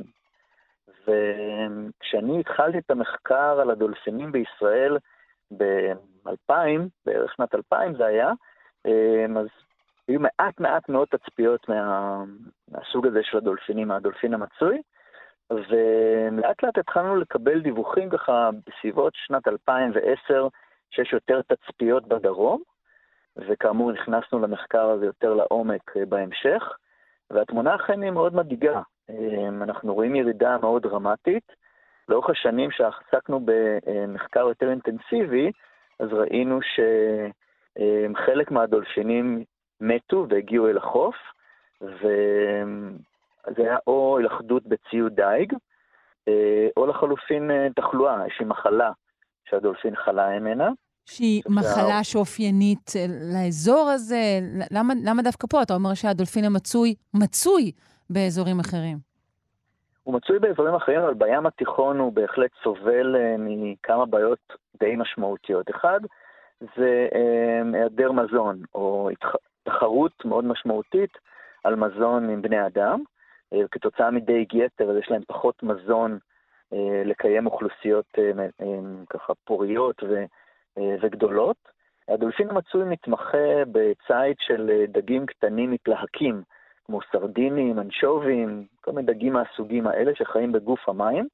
וכשאני התחלתי את המחקר על הדולפינים בישראל ב-2000, בערך שנת 2000 זה היה, אז היו מעט מאוד תצפיות מהסוג הזה של הדולפינים, הדולפין המצוי, ולאט לאט התחלנו לקבל דיווחים ככה בסביבות שנת 2010, שיש יותר תצפיות בדרום, וכאמור נכנסנו למחקר הזה יותר לעומק בהמשך, והתמונה אכן היא מאוד מדאיגה. אנחנו רואים ירידה מאוד דרמטית. לאורך השנים שעסקנו במחקר יותר אינטנסיבי, אז ראינו שחלק מהדולפינים מתו והגיעו אל החוף, וזה היה או הלכדות בציוד דייג, או לחלופין תחלואה, איזושהי מחלה שהדולפין חלה ממנה. שהיא מחלה שאופיינית לאזור הזה? למה דווקא פה? אתה אומר שהדולפין מצוי באזורים אחרים. הוא מצוי באזורים אחרים, אבל בים התיכון הוא בהחלט סובל מכמה בעיות די משמעותיות. אחד, זה היעדר מזון, או תחרות מאוד משמעותית על מזון עם בני אדם. כתוצאה מדייג יתר, אז יש להם פחות מזון לקיים אוכלוסיות ככה פוריות וגדולות. הדולפין המצוי מתמחה בצייד של דגים קטנים מתלהקים, כמו סרדינים, אנשובים, כל מיני דגים מהסוגים האלה שחיים בגוף המים,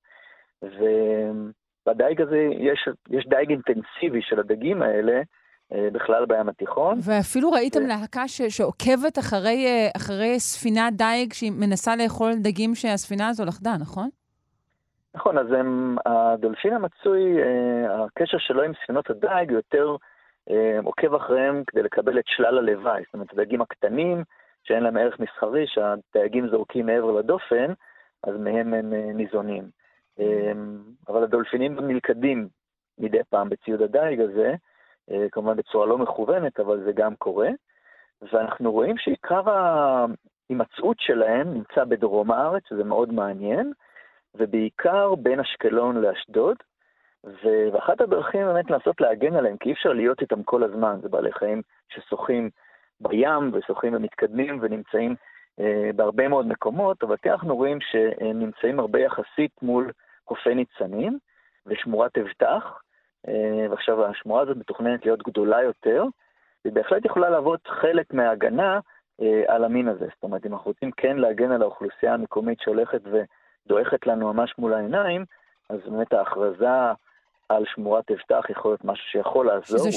ובדייג הזה יש דייג אינטנסיבי של הדגים האלה, בכלל בים התיכון. ואפילו ראיתם להקה שעוקבת אחרי ספינת דייג שהיא מנסה לאכול דגים שהספינה הזו לכדה, נכון? נכון, אז הדולפין המצוי, הקשר שלו עם ספינות הדייג יותר עוקב אחריהם כדי לקבל את שלל הלוואי, זאת אומרת, הדגים הקטנים, שאין להם ערך מסחרי, שהדייגים זורקים מעבר לדופן, אז מהם הם ניזונים. אבל הדולפינים נלכדים מדי פעם בציוד הדייג הזה, כמובן בצורה לא מכוונת, אבל זה גם קורה. ואנחנו רואים שעיקר ההימצאות שלהם נמצא בדרום הארץ, שזה מאוד מעניין, ובעיקר בין אשקלון לאשדוד, ואחת הדרכים באמת לנסות להגן עליהם, כי אי אפשר להיות איתם כל הזמן, זה בעלי חיים ששוחים בים ושוחים ומתקדמים ונמצאים בהרבה מאוד מקומות, אבל כאן אנחנו רואים שהם נמצאים הרבה יחסית מול חופי ניצנים ושמורת אבטח, ועכשיו השמורה הזאת מתוכננת להיות גדולה יותר, והיא בהחלט יכולה להוות חלק מההגנה על המין הזה. זאת אומרת, אם אנחנו רוצים כן להגן על האוכלוסייה המקומית שהולכת ודועכת לנו ממש מול העיניים, אז באמת ההכרזה על שמורת אבטח יכול להיות משהו שיכול לעזור. שזה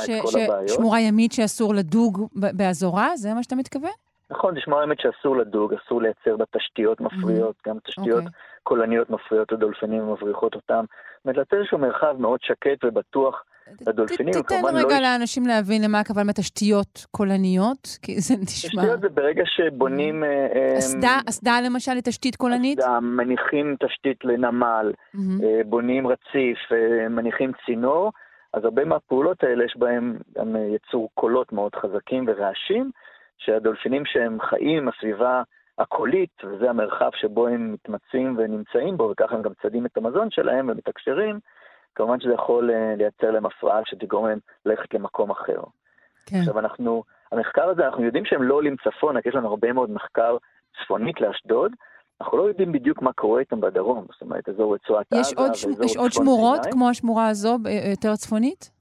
שמורה ימית שאסור לדוג באזורה? זה מה שאתה מתכוון? נכון, זה שמורה ימית שאסור לדוג, אסור לייצר בה תשתיות מפריעות, גם תשתיות קולניות מפריעות לדולפינים ומבריחות אותם. זאת אומרת, לתת איזשהו מרחב מאוד שקט ובטוח לדולפינים. תיתן רגע לאנשים להבין למה הכוון מתשתיות קולניות, כי זה נשמע... תשתיות זה ברגע שבונים... אסדה למשל לתשתית קולנית? אסדה, מניחים תשתית לנמל, בונים רציף, מניחים צינור, אז הרבה מהפעולות האלה יש בהם גם יצור קולות מאוד חזקים ורעשים, שהדולפינים שהם חיים עם הסביבה הקולית, וזה המרחב שבו הם מתמצאים ונמצאים בו, וככה הם גם צדים את המזון שלהם ומתקשרים, כמובן שזה יכול לייצר להם הפרעה שתגרום להם ללכת למקום אחר. כן. עכשיו המחקר הזה, אנחנו יודעים שהם לא עולים צפון, יש לנו הרבה מאוד מחקר צפונית לאשדוד, אנחנו לא יודעים בדיוק מה קורה איתם בדרום, זאת אומרת, אזור רצועת עזה, יש עוד שמורות כמו השמורה הזו יותר צפונית?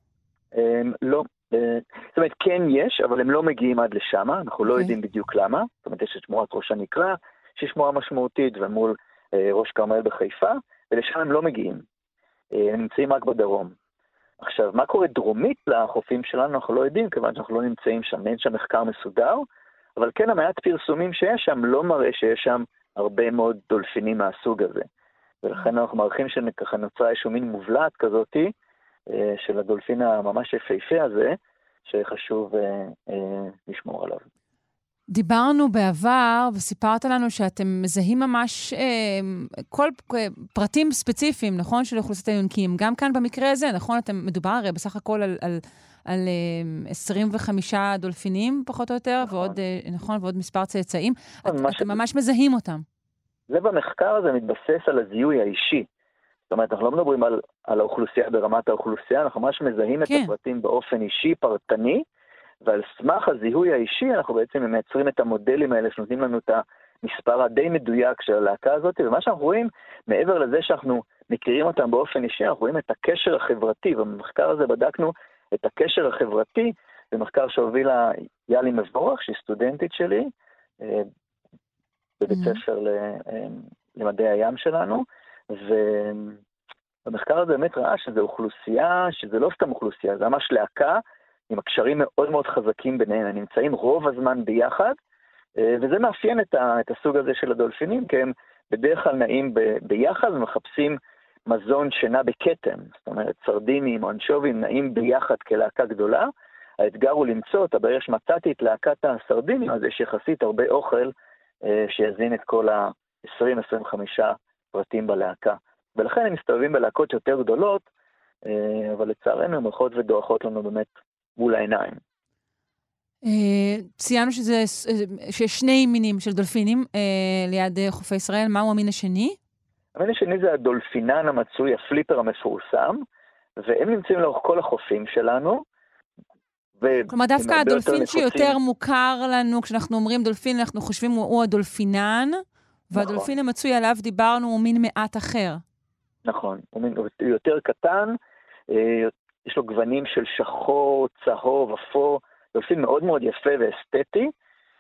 לא. זאת אומרת, כן יש, אבל הם לא מגיעים עד לשם, אנחנו לא יודעים בדיוק למה, זאת אומרת, יש את שמורת ראש הנקרה, שהיא שמורה משמעותית, ומול ראש כרמל בחיפה, ולשם הם לא מגיעים. הם נמצאים רק בדרום. עכשיו, מה קורה דרומית לחופים שלנו, אנחנו לא יודעים, כיוון שאנחנו לא נמצאים שם, אין שם מחקר מסודר, אבל כן, המעט פרסומים שיש שם לא מראה שיש שם הרבה מאוד דולפינים מהסוג הזה. ולכן אנחנו מעריכים שככה נוצרה איזשהו מין מובלעת כזאתי, של הדולפין הממש יפהפה הזה, שחשוב לשמור עליו. דיברנו בעבר, וסיפרת לנו שאתם מזהים ממש כל פרטים ספציפיים, נכון? של אוכלוסיית היונקים. גם כאן במקרה הזה, נכון? מדובר הרי בסך הכל על 25 דולפינים, פחות או יותר, ועוד מספר צאצאים. אתם ממש מזהים אותם. זה במחקר הזה מתבסס על הזיהוי האישי. זאת אומרת, אנחנו לא מדברים על האוכלוסייה ברמת האוכלוסייה, אנחנו ממש מזהים את הפרטים באופן אישי, פרטני, ועל סמך הזיהוי האישי אנחנו בעצם מייצרים את המודלים האלה שנותנים לנו את המספר הדי מדויק של הלהקה הזאת, ומה שאנחנו רואים, מעבר לזה שאנחנו מכירים אותם באופן אישי, אנחנו רואים את הקשר החברתי, ובמחקר הזה בדקנו את הקשר החברתי, זה מחקר שהובילה יאלי מבורך, שהיא סטודנטית שלי, בבית ספר למדעי הים שלנו, ובמחקר הזה באמת ראה שזו אוכלוסייה, שזה לא סתם אוכלוסייה, זה ממש להקה, עם הקשרים מאוד מאוד חזקים ביניהם, הם נמצאים רוב הזמן ביחד, וזה מאפיין את הסוג הזה של הדולפינים, כי הם בדרך כלל נעים ביחד ומחפשים מזון שנע בקטם, זאת אומרת, סרדינים או אנשובים נעים ביחד כלהקה גדולה, האתגר הוא למצוא אותה, ברגע שמצאתי את להקת הסרדינים, אז יש יחסית הרבה אוכל שיזין את כל ה-20-25 פרטים בלהקה, ולכן הם מסתובבים בלהקות יותר גדולות, אבל לצערנו הם הולכות ודועכות לנו באמת מול העיניים. ציינו שיש שני מינים של דולפינים ליד חופי ישראל. מהו המין השני? המין השני זה הדולפינן המצוי, הפליפר המפורסם, והם נמצאים לאורך כל החופים שלנו. כלומר, דווקא הדולפין שיותר מוכר לנו, כשאנחנו אומרים דולפין, אנחנו חושבים הוא הדולפינן, והדולפין המצוי עליו דיברנו הוא מין מעט אחר. נכון, הוא יותר קטן, יש לו גוונים של שחור, צהוב, אפור, דולפין מאוד מאוד יפה ואסתטי.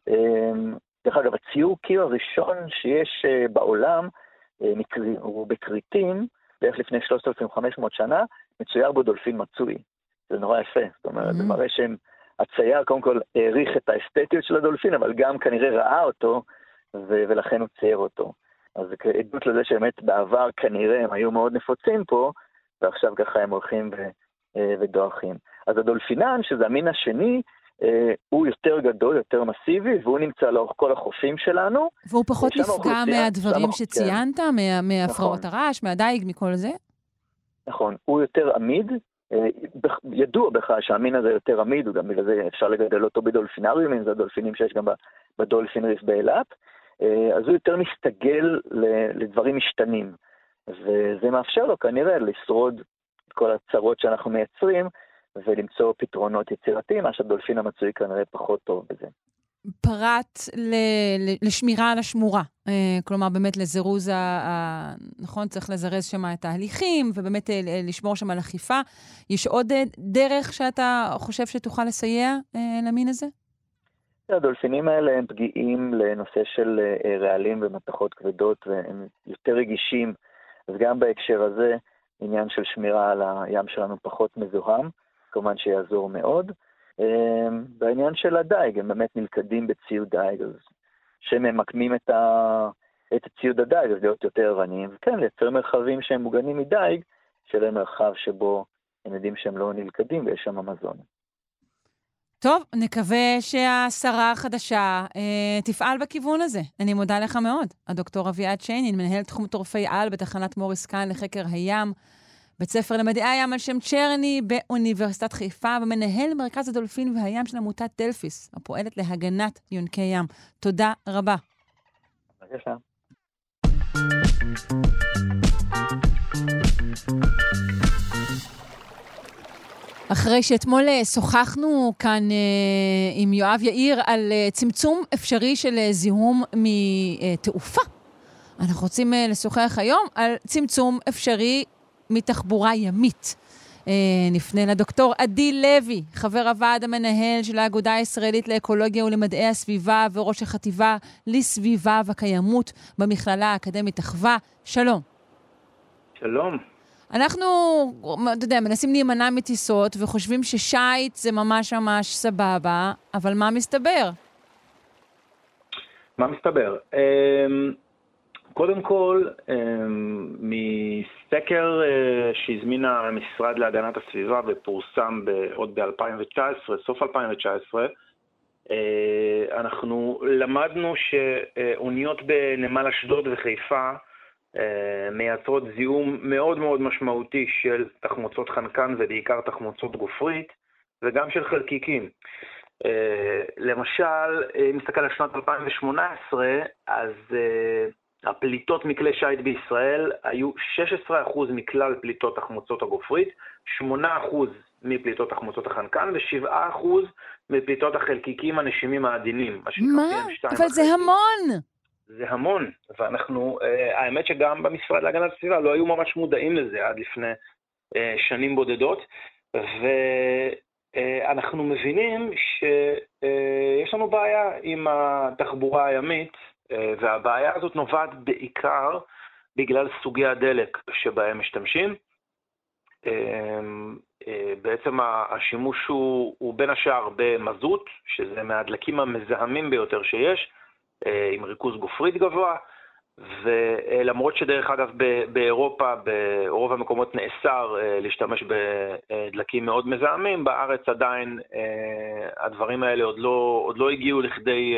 דרך אגב, הציור קיר הראשון שיש בעולם, הוא בקריטים, בערך לפני 3,500 שנה, מצויר בו דולפין מצוי. זה נורא יפה, זאת אומרת, זה מראה שהצייר קודם כל העריך את האסתטיות של הדולפין, אבל גם כנראה ראה אותו, ולכן הוא צייר אותו. אז זה עדות לזה שבאמת בעבר כנראה הם היו מאוד נפוצים פה, ועכשיו ככה הם הולכים ודועכים. אז הדולפינן, שזה המין השני, הוא יותר גדול, יותר מסיבי, והוא נמצא לאורך כל החופים שלנו. והוא פחות נפגע מהדברים שציינת, מהפרעות הרעש, מהדייג, מכל זה? נכון, הוא יותר עמיד, ידוע בכלל שהמין הזה יותר עמיד, וגם בגלל זה אפשר לגדל אותו בדולפינריומים, זה הדולפינים שיש גם בדולפין ריף באילת, אז הוא יותר מסתגל לדברים משתנים, וזה מאפשר לו כנראה לשרוד את כל הצרות שאנחנו מייצרים, ולמצוא פתרונות יצירתיים, מה שהדולפין המצוי כנראה פחות טוב בזה. פרט לשמירה על השמורה, כלומר באמת לזירוז, נכון, צריך לזרז שם את ההליכים, ובאמת לשמור שם על אכיפה. יש עוד דרך שאתה חושב שתוכל לסייע למין הזה? הדולפינים האלה הם פגיעים לנושא של רעלים ומתכות כבדות, והם יותר רגישים, אז גם בהקשר הזה, עניין של שמירה על הים שלנו פחות מזוהם, כמובן שיעזור מאוד. בעניין של הדייג, הם באמת נלכדים בציוד דייג, אז שממקמים את הציוד הדייג, אז להיות יותר ערניים, וכן, לייצר מרחבים שהם מוגנים מדייג, שלהם מרחב שבו הם יודעים שהם לא נלכדים ויש שם מזון. טוב, נקווה שהשרה החדשה תפעל בכיוון הזה. אני מודה לך מאוד. הדוקטור אביעד שיינין, מנהל תחום טורפי על בתחנת מוריס קאהן לחקר הים, בית ספר למדעי הים על שם צ'רני באוניברסיטת חיפה, ומנהל מרכז הדולפין והים של עמותת דלפיס, הפועלת להגנת יונקי ים. תודה רבה. בבקשה. אחרי שאתמול שוחחנו כאן עם יואב יאיר על צמצום אפשרי של זיהום מתעופה, אנחנו רוצים לשוחח היום על צמצום אפשרי מתחבורה ימית. נפנה לדוקטור עדי לוי, חבר הוועד המנהל של האגודה הישראלית לאקולוגיה ולמדעי הסביבה וראש החטיבה לסביבה וקיימות במכללה האקדמית אחווה. שלום. שלום. אנחנו, אתה יודע, מנסים להימנע מטיסות וחושבים ששייט זה ממש ממש סבבה, אבל מה מסתבר? מה מסתבר? קודם כל, מסקר שהזמינה המשרד להגנת הסביבה ופורסם עוד ב-2019, סוף 2019, אנחנו למדנו שאוניות בנמל אשדוד וחיפה מייצרות זיהום מאוד מאוד משמעותי של תחמוצות חנקן ובעיקר תחמוצות גופרית וגם של חלקיקים. למשל, אם נסתכל על שנת 2018, אז הפליטות מכלי שיט בישראל היו 16% מכלל פליטות תחמוצות הגופרית, 8% מפליטות תחמוצות החנקן ו7% מפליטות החלקיקים הנשימים העדינים. מה? אבל זה המון! זה המון, ואנחנו, האמת שגם במשרד להגנת הסביבה לא היו ממש מודעים לזה עד לפני שנים בודדות, ואנחנו מבינים שיש לנו בעיה עם התחבורה הימית, והבעיה הזאת נובעת בעיקר בגלל סוגי הדלק שבהם משתמשים. בעצם השימוש הוא בין השאר במזוט, שזה מהדלקים המזהמים ביותר שיש, עם ריכוז גופרית גבוה, ולמרות שדרך אגב באירופה, ברוב המקומות נאסר להשתמש בדלקים מאוד מזהמים, בארץ עדיין הדברים האלה עוד לא הגיעו לכדי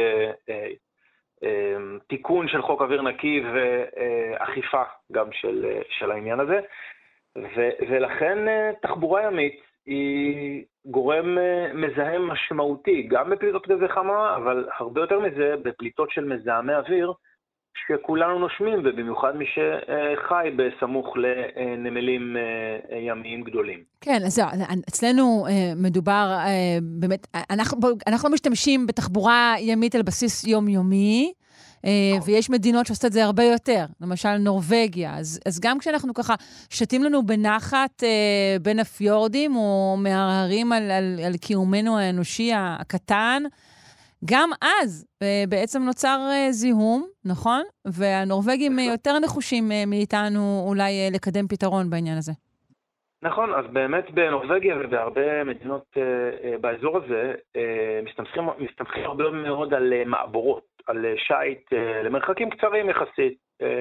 תיקון של חוק אוויר נקי ואכיפה גם של העניין הזה, ולכן תחבורה ימית היא גורם מזהם משמעותי, גם בפליטות גזי חממה, אבל הרבה יותר מזה בפליטות של מזהמי אוויר, שכולנו נושמים, ובמיוחד מי שחי בסמוך לנמלים ימיים גדולים. כן, אז אצלנו מדובר, באמת, אנחנו לא משתמשים בתחבורה ימית על בסיס יומיומי, ויש מדינות שעושות את זה הרבה יותר, למשל נורווגיה, אז גם כשאנחנו ככה שתים לנו בנחת בין הפיורדים, או מהרהרים על קיומנו האנושי הקטן, גם אז בעצם נוצר זיהום, נכון? והנורווגים יותר נחושים מאיתנו אולי לקדם פתרון בעניין הזה. נכון, אז באמת בנורווגיה ובהרבה מדינות באזור הזה מסתמכים הרבה מאוד על מעבורות, על שייט למרחקים קצרים יחסית.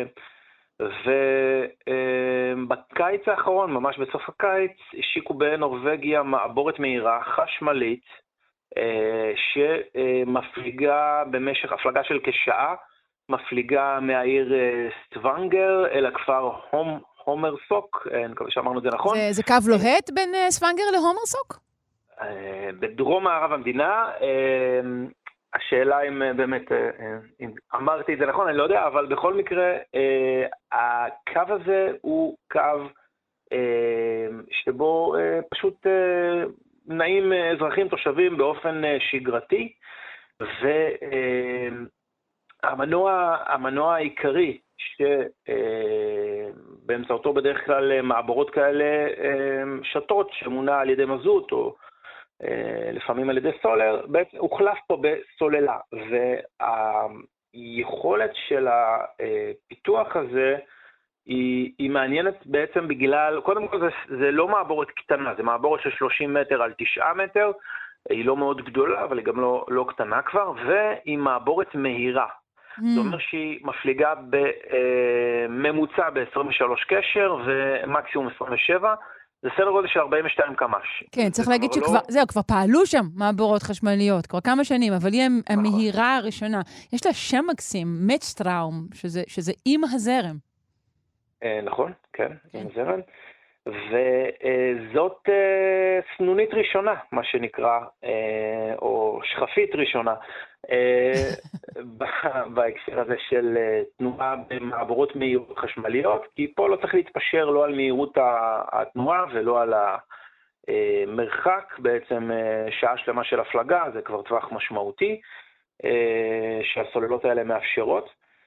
ובקיץ האחרון, ממש בסוף הקיץ, השיקו בנורווגיה מעבורת מהירה חשמלית, שמפליגה במשך הפלגה של כשעה, מפליגה מהעיר סטוונגר אל הכפר הומרסוק, אני מקווה שאמרנו את זה נכון. זה קו לוהט בין סטוונגר להומרסוק? בדרום מערב המדינה, השאלה אם באמת, אם אמרתי את זה נכון, אני לא יודע, אבל בכל מקרה, הקו הזה הוא קו שבו פשוט נעים אזרחים תושבים באופן שגרתי, והמנוע העיקרי שבאמצעותו בדרך כלל מעבורות כאלה שטות שמונע על ידי מזוט או לפעמים על ידי סולר, בעצם הוחלף פה בסוללה, והיכולת של הפיתוח הזה היא מעניינת בעצם בגלל, קודם כל זה לא מעבורת קטנה, זה מעבורת של 30 מטר על 9 מטר, היא לא מאוד גדולה, אבל היא גם לא קטנה כבר, והיא מעבורת מהירה. זאת אומרת שהיא מפליגה בממוצע ב-23 קשר ומקסימום 27, זה סדר גודל של 42 קמ"ש. כן, צריך להגיד כבר פעלו שם מעבורות חשמליות, כבר כמה שנים, אבל היא המהירה הראשונה. יש לה שם מקסים, מצטראום, שזה עם הזרם. נכון, כן, עם הזרם. וזאת סנונית ראשונה, מה שנקרא, או שכפית ראשונה, בהקשר הזה של תנועה במעבורות מהירות חשמליות, כי פה לא צריך להתפשר לא על מהירות התנועה ולא על המרחק, בעצם שעה שלמה של הפלגה, זה כבר טווח משמעותי, שהסוללות האלה מאפשרות,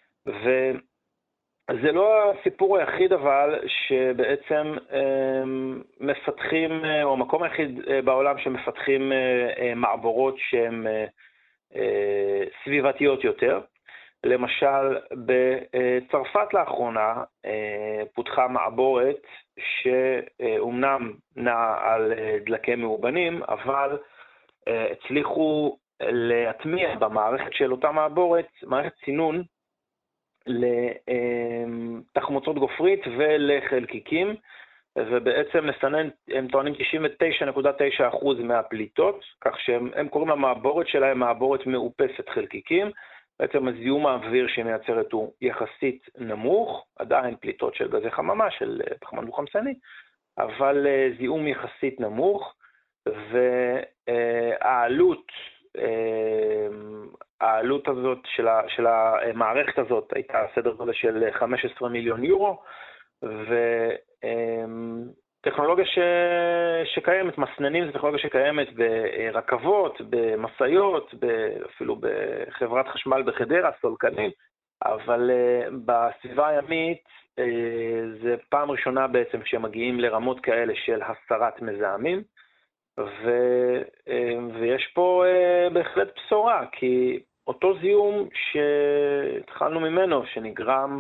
זה לא הסיפור היחיד אבל שבעצם מפתחים, או המקום היחיד בעולם שמפתחים מעבורות שהן סביבתיות יותר, למשל, בצרפת לאחרונה פותחה מעבורת שאומנם נעה על דלקים מאובנים, אבל הצליחו להטמיע במערכת של אותה מעבורת, מערכת סינון לתחמוצות גופרית ולחלקיקים, ובעצם לסנן, הם טוענים 99.9% מהפליטות, כך שהם קוראים למעבורת שלהם מעבורת מאופסת חלקיקים. בעצם הזיהום האוויר שמייצרת הוא יחסית נמוך, עדיין פליטות של גזי חממה, של פחמן דו-חמצני, אבל זיהום יחסית נמוך, העלות הזאת של המערכת הזאת הייתה סדר גודל של 15 מיליון יורו, וטכנולוגיה שקיימת, מסננים זה טכנולוגיה שקיימת ברכבות, במסעיות, אפילו בחברת חשמל בחדרה, סולקנים, אבל בסביבה הימית זה פעם ראשונה בעצם שמגיעים לרמות כאלה של הסרת מזהמים, ויש פה בהחלט בשורה, כי אותו זיהום שהתחלנו ממנו, שנגרם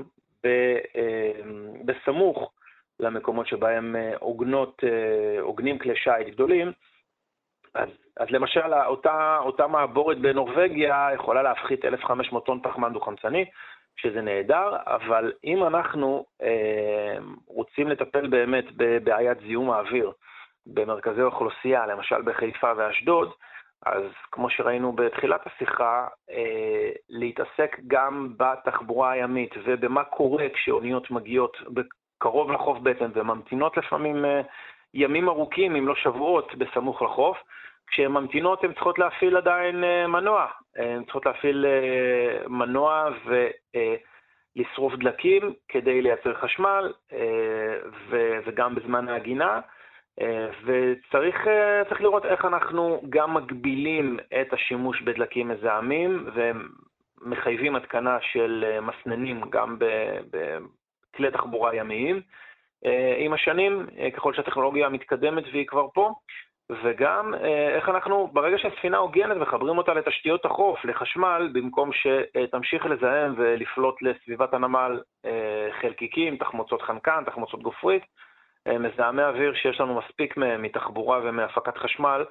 בסמוך למקומות שבהם עוגנים כלי שיט גדולים, אז למשל אותה מעבורת בנורווגיה יכולה להפחית 1,500 טון פחמן דו-חמצני, שזה נהדר, אבל אם אנחנו רוצים לטפל באמת בבעיית זיהום האוויר במרכזי אוכלוסייה, למשל בחיפה ואשדוד, אז כמו שראינו בתחילת השיחה, להתעסק גם בתחבורה הימית ובמה קורה כשאוניות מגיעות קרוב לחוף בעצם וממתינות לפעמים ימים ארוכים, אם לא שבועות, בסמוך לחוף. כשהן ממתינות הן צריכות להפעיל עדיין מנוע. הן צריכות להפעיל מנוע ולשרוף דלקים כדי לייצר חשמל, וגם בזמן ההגינה. וצריך לראות איך אנחנו גם מגבילים את השימוש בדלקים מזהמים ומחייבים התקנה של מסננים גם בכלי תחבורה ימיים עם השנים, ככל שהטכנולוגיה מתקדמת והיא כבר פה, וגם איך אנחנו ברגע שהספינה הוגנת מחברים אותה לתשתיות החוף, לחשמל, במקום שתמשיך לזהם ולפלוט לסביבת הנמל חלקיקים, תחמוצות חנקן, תחמוצות גופרית, מזהמי אוויר שיש לנו מספיק מתחבורה ומהפקת חשמל,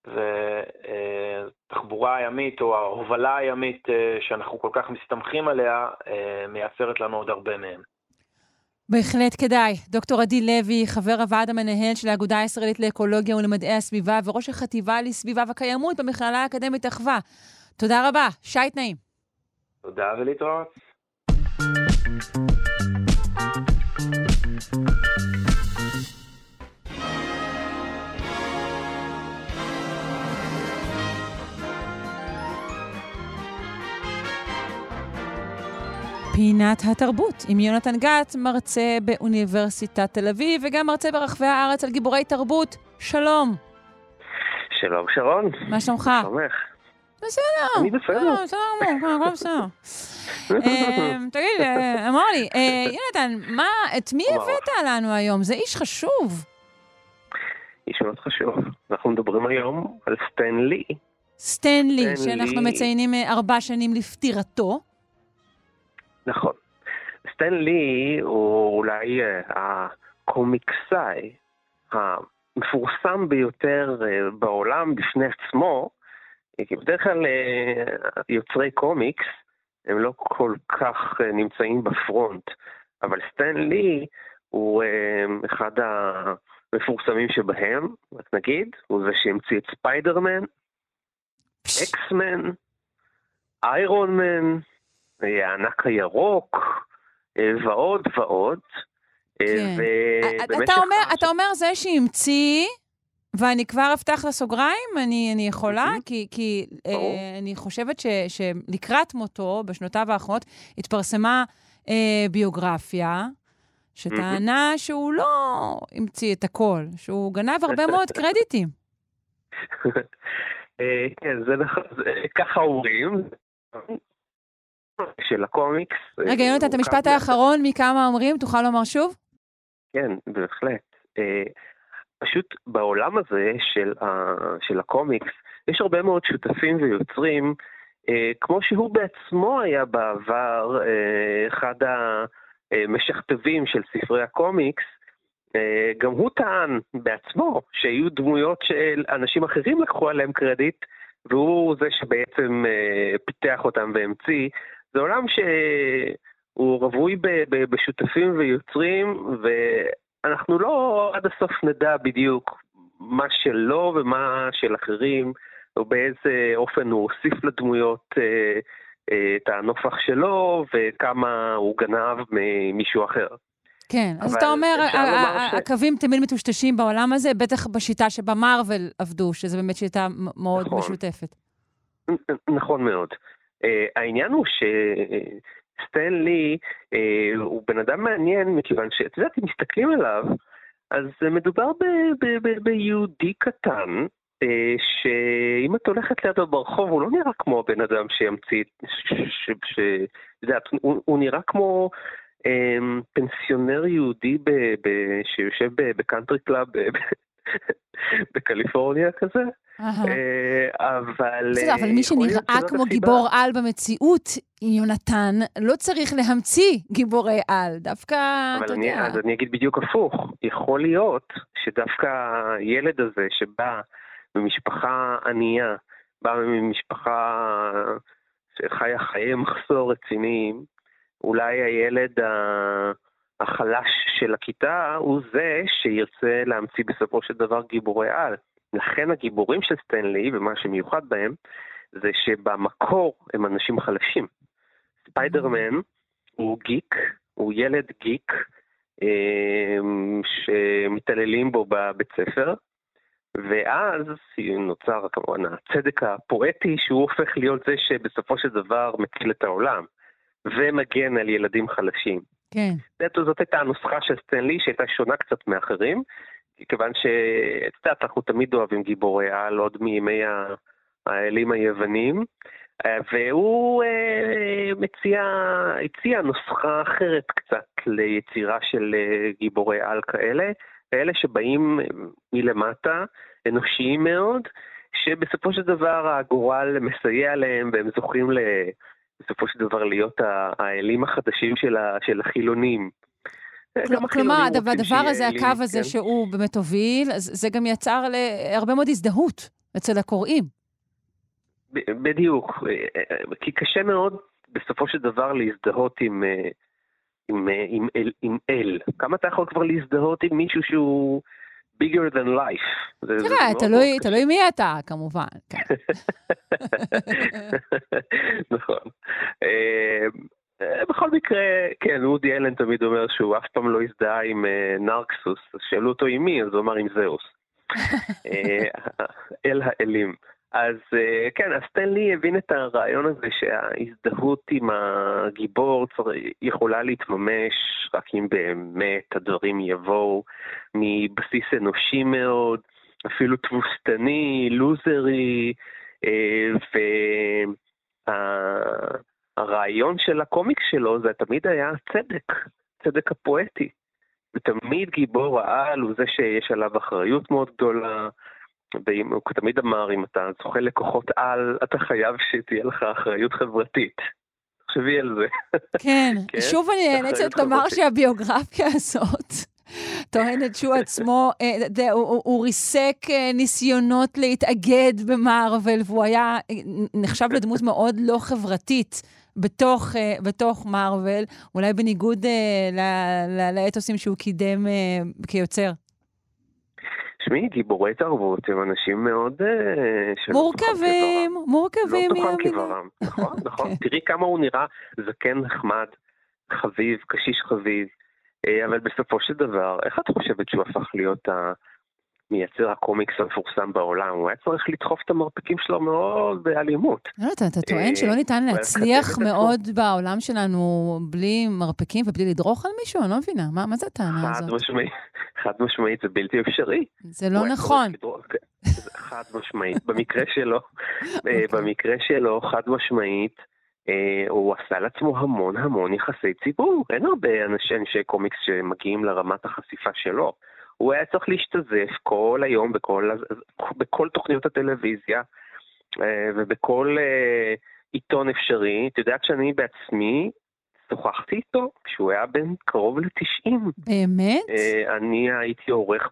ותחבורה הימית או ההובלה הימית שאנחנו כל כך מסתמכים עליה, מייצרת לנו עוד הרבה מהם. בהחלט כדאי. דוקטור עדי לוי, חבר הוועד המנהל של האגודה הישראלית לאקולוגיה ולמדעי הסביבה, וראש החטיבה לסביבה וקיימות במכללה האקדמית אחווה. תודה רבה. שי תנאים. תודה ולהתראות. פינת התרבות, עם יונתן גת, מרצה באוניברסיטת תל אביב, וגם מרצה ברחבי הארץ על גיבורי תרבות. שלום. שלום, שרון. מה שלומך? שלומך. בסדר. אני בסדר. בסדר, בסדר. תגיד, אמר לי, יונתן, את מי הבאת לנו היום? זה איש חשוב. איש מאוד חשוב. אנחנו מדברים היום על סטן לי. סטן לי, שאנחנו מציינים 4 שנים לפטירתו. נכון. סטן לי הוא אולי הקומיקסאי המפורסם ביותר בעולם בפני עצמו, כי בדרך כלל יוצרי קומיקס הם לא כל כך נמצאים בפרונט, אבל סטן לי הוא אחד המפורסמים שבהם, רק נגיד, הוא זה שהמציא את ספיידרמן, אקסמן, איירון מן, הענק הירוק, ועוד ועוד. אתה אומר זה שהמציא, ואני כבר אפתח לסוגריים, אני יכולה, כי אני חושבת שלקראת מותו, בשנותיו האחרונות, התפרסמה ביוגרפיה, שטענה שהוא לא המציא את הכל, שהוא גנב הרבה מאוד קרדיטים. כן, זה ככה אומרים. של הקומיקס. רגע, יונתן, את המשפט האחרון מכמה אומרים, תוכל לומר שוב? כן, בהחלט. פשוט בעולם הזה של הקומיקס, יש הרבה מאוד שותפים ויוצרים כמו שהוא בעצמו היה בעבר אחד המשכתבים של ספרי הקומיקס, גם הוא טען בעצמו שהיו דמויות של אנשים אחרים לקחו עליהם קרדיט, והוא זה שבעצם פיתח אותם והמציא. זה עולם שהוא רווי בשותפים ויוצרים, ואנחנו לא עד הסוף נדע בדיוק מה שלו ומה של אחרים, או באיזה אופן הוא הוסיף לדמויות את הנופח שלו, וכמה הוא גנב ממישהו אחר. כן, אז אתה אומר, הקווים תמיד מטושטשים בעולם הזה, בטח בשיטה שבה מארוול עבדו, שזו באמת שיטה מאוד משותפת. נכון מאוד. העניין הוא שסטן לי הוא בן אדם מעניין, מכיוון שאת יודעת, אם מסתכלים עליו, אז מדובר ביהודי קטן, שאם את הולכת לידו ברחוב, הוא לא נראה כמו בן אדם שימציא, הוא נראה כמו פנסיונר יהודי שיושב בקאנטרי קלאב בקליפורניה כזה. אבל מי שנראה כמו גיבור על במציאות, יונתן, לא צריך להמציא גיבורי על, דווקא, אתה יודע. אז אני אגיד בדיוק הפוך. יכול להיות שדווקא הילד הזה שבא ממשפחה ענייה, בא ממשפחה שחיה חיי מחסור רציניים, אולי הילד החלש של הכיתה הוא זה שירצה להמציא בסופו של דבר גיבורי על. לכן הגיבורים של סטן לי, ומה שמיוחד בהם, זה שבמקור הם אנשים חלשים. ספיידרמן הוא גיק, הוא ילד גיק, שמתעללים בו בבית ספר, ואז נוצר כמובן הצדק הפואטי, שהוא הופך להיות זה שבסופו של דבר מציל את העולם, ומגן על ילדים חלשים. כן. זאת הייתה הנוסחה של סטן לי, שהייתה שונה קצת מאחרים, כיוון שאנחנו תמיד אוהבים גיבורי על, עוד מימי האלים היוונים, והוא הציע נוסחה אחרת קצת ליצירה של גיבורי על כאלה שבאים מלמטה, אנושיים מאוד, שבסופו של דבר הגורל מסייע להם, והם זוכים בסופו של דבר להיות האלים החדשים של החילונים. כלומר, הדבר הזה, הקו הזה שהוא באמת הוביל, זה גם יצר להרבה מאוד הזדהות אצל הקוראים. בדיוק, כי קשה מאוד בסופו של דבר להזדהות עם אל. כמה אתה יכול כבר להזדהות עם מישהו שהוא bigger than life? תראה, תלוי מי אתה, כמובן. נכון. בכל מקרה, כן, וודי אלן תמיד אומר שהוא אף פעם לא הזדהה עם נרקסוס, אז שאלו אותו עם מי, אז הוא אמר עם זאוס. אל האלים. אז כן, אז סטן לי הבין את הרעיון הזה שההזדהות עם הגיבור יכולה להתממש רק אם באמת הדברים יבואו מבסיס אנושי מאוד, אפילו תבוסתני, לוזרי, הרעיון של הקומיקס שלו זה תמיד היה צדק הפואטי. ותמיד גיבור העל הוא זה שיש עליו אחריות מאוד גדולה, והוא תמיד אמר, אם אתה זוכה לכוחות על, אתה חייב שתהיה לך אחריות חברתית. תחשבי על זה. כן, שוב אני נאלצת לומר שהביוגרפיה הזאת טוענת שהוא עצמו, הוא ריסק ניסיונות להתאגד במארוול, והוא היה נחשב לדמות מאוד לא חברתית בתוך מארוול, אולי בניגוד לאתוסים שהוא קידם כיוצר. שמי, גיבורי תרבות הם אנשים מאוד מורכבים לא תוכן כברם. נכון. תראי כמה הוא נראה זקן נחמד, חביב, קשיש חביב, אבל בסופו של דבר, איך את חושבת שהוא הפך להיות מייצר הקומיקס המפורסם בעולם? הוא היה צריך לדחוף את המרפקים שלו מאוד באלימות. אתה טוען שלא ניתן להצליח מאוד בעולם שלנו בלי מרפקים ובלי לדרוך על מישהו? אני לא מבינה. מה זה הטענה הזאת? חד משמעית, זה בלתי אפשרי. זה לא נכון. חד משמעית. במקרה שלו, חד משמעית, הוא עשה לעצמו המון יחסי ציבור. אין הרבה אנשי קומיקס שמגיעים לרמת החשיפה שלו. הוא היה צריך להשתזף כל היום בכל תוכניות הטלוויזיה ובכל עיתון אפשרי. אתה יודע שאני בעצמי שוחחתי איתו כשהוא היה בן קרוב ל-90. באמת? אני הייתי עורך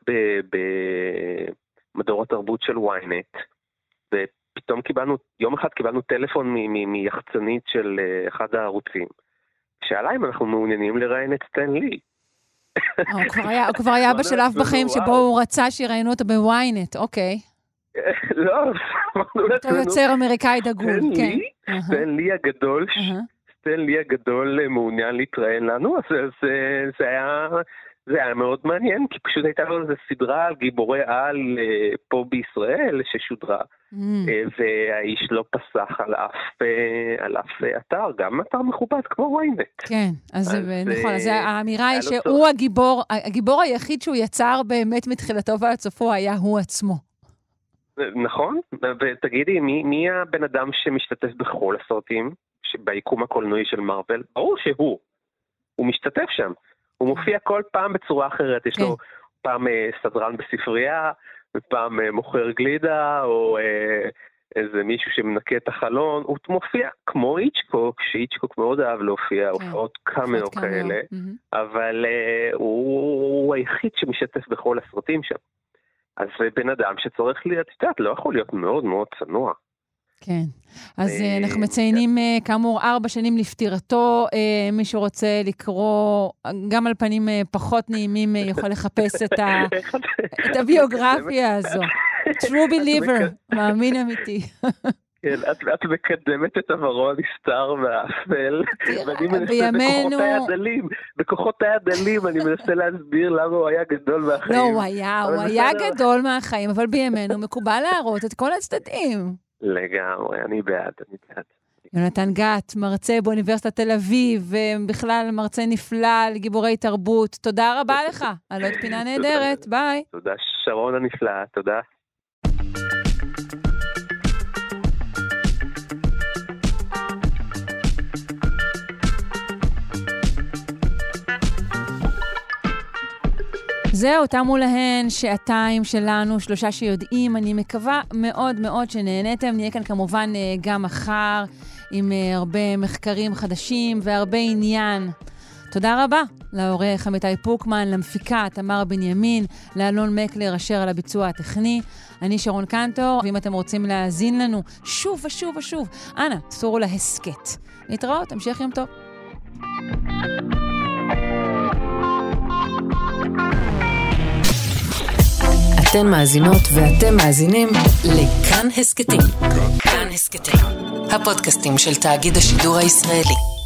במדור התרבות של ynet, ופתאום יום אחד קיבלנו טלפון מיחצנית של אחד הערוצים, שאלה אם אנחנו מעוניינים לראיין את סטן לי. הוא כבר היה בשלב בחיים שבו הוא רצה שיראיינו אותו בוויינט, אוקיי. לא, אותו יוצר אמריקאי דגול, כן. סטן לי הגדול מעוניין להתראיין לנו, אז זה היה מאוד מעניין, כי פשוט הייתה לו איזו סדרה על גיבורי על פה בישראל ששודרה, והאיש לא פסח על אף אתר, גם אתר מכובד כמו ynet. כן, אז נכון, אז האמירה היא שהוא הגיבור היחיד שהוא יצר באמת מתחילתו ועד סופו היה הוא עצמו. נכון, ותגידי, מי הבן אדם שמשתתף בכל הסרטים, ביקום הקולנועי של מארוול? ברור שהוא משתתף שם. הוא מופיע כל פעם בצורה אחרת, יש לו פעם סדרן בספרייה, ופעם מוכר גלידה, או איזה מישהו שמנקה את החלון, הוא מופיע כמו איצ'קוק, שאיצ'קוק מאוד אהב להופיע, הופעות קאמאו כאלה, אבל הוא היחיד שמשתתף בכל הסרטים שם. אז בן אדם שצריך לא יכול להיות מאוד מאוד צנוע. כן, אז אנחנו מציינים כאמור 4 שנים לפטירתו, מי שרוצה לקרוא גם על פנים פחות נעימים יכול לחפש את הביוגרפיה הזו. True Believer, מאמין אמיתי. כן, את מקדמת את עברו הנסתר והאפל, ואני מנסה בכוחותיי הדלים, אני מנסה להסביר למה הוא היה גדול מהחיים. לא, הוא היה גדול מהחיים, אבל בימינו מקובל להראות את כל הצדדים. לגמרי, אני בעד. יונתן גת, מרצה באוניברסיטת תל אביב, ובכלל מרצה נפלא לגיבורי תרבות. תודה רבה לך, על עוד פינה נהדרת, ביי. תודה, שרון הנפלאה, תודה. זהו, תמו להן שעתיים שלנו, 3 שיודעים. אני מקווה מאוד מאוד שנהנתם. נהיה כאן כמובן גם מחר עם הרבה מחקרים חדשים והרבה עניין. תודה רבה לעורך עמיתי פוקמן, למפיקה תמר בנימין, לאלון מקלר אשר על הביצוע הטכני. אני שרון קנטור, ואם אתם רוצים להאזין לנו שוב ושוב ושוב, אנא, סורו להסקט. להתראות, המשך יום טוב. אתן מאזינות ואתם מאזינים לכאן הסקטים. כאן הסקטים, הפודקאסטים של תאגיד השידור הישראלי.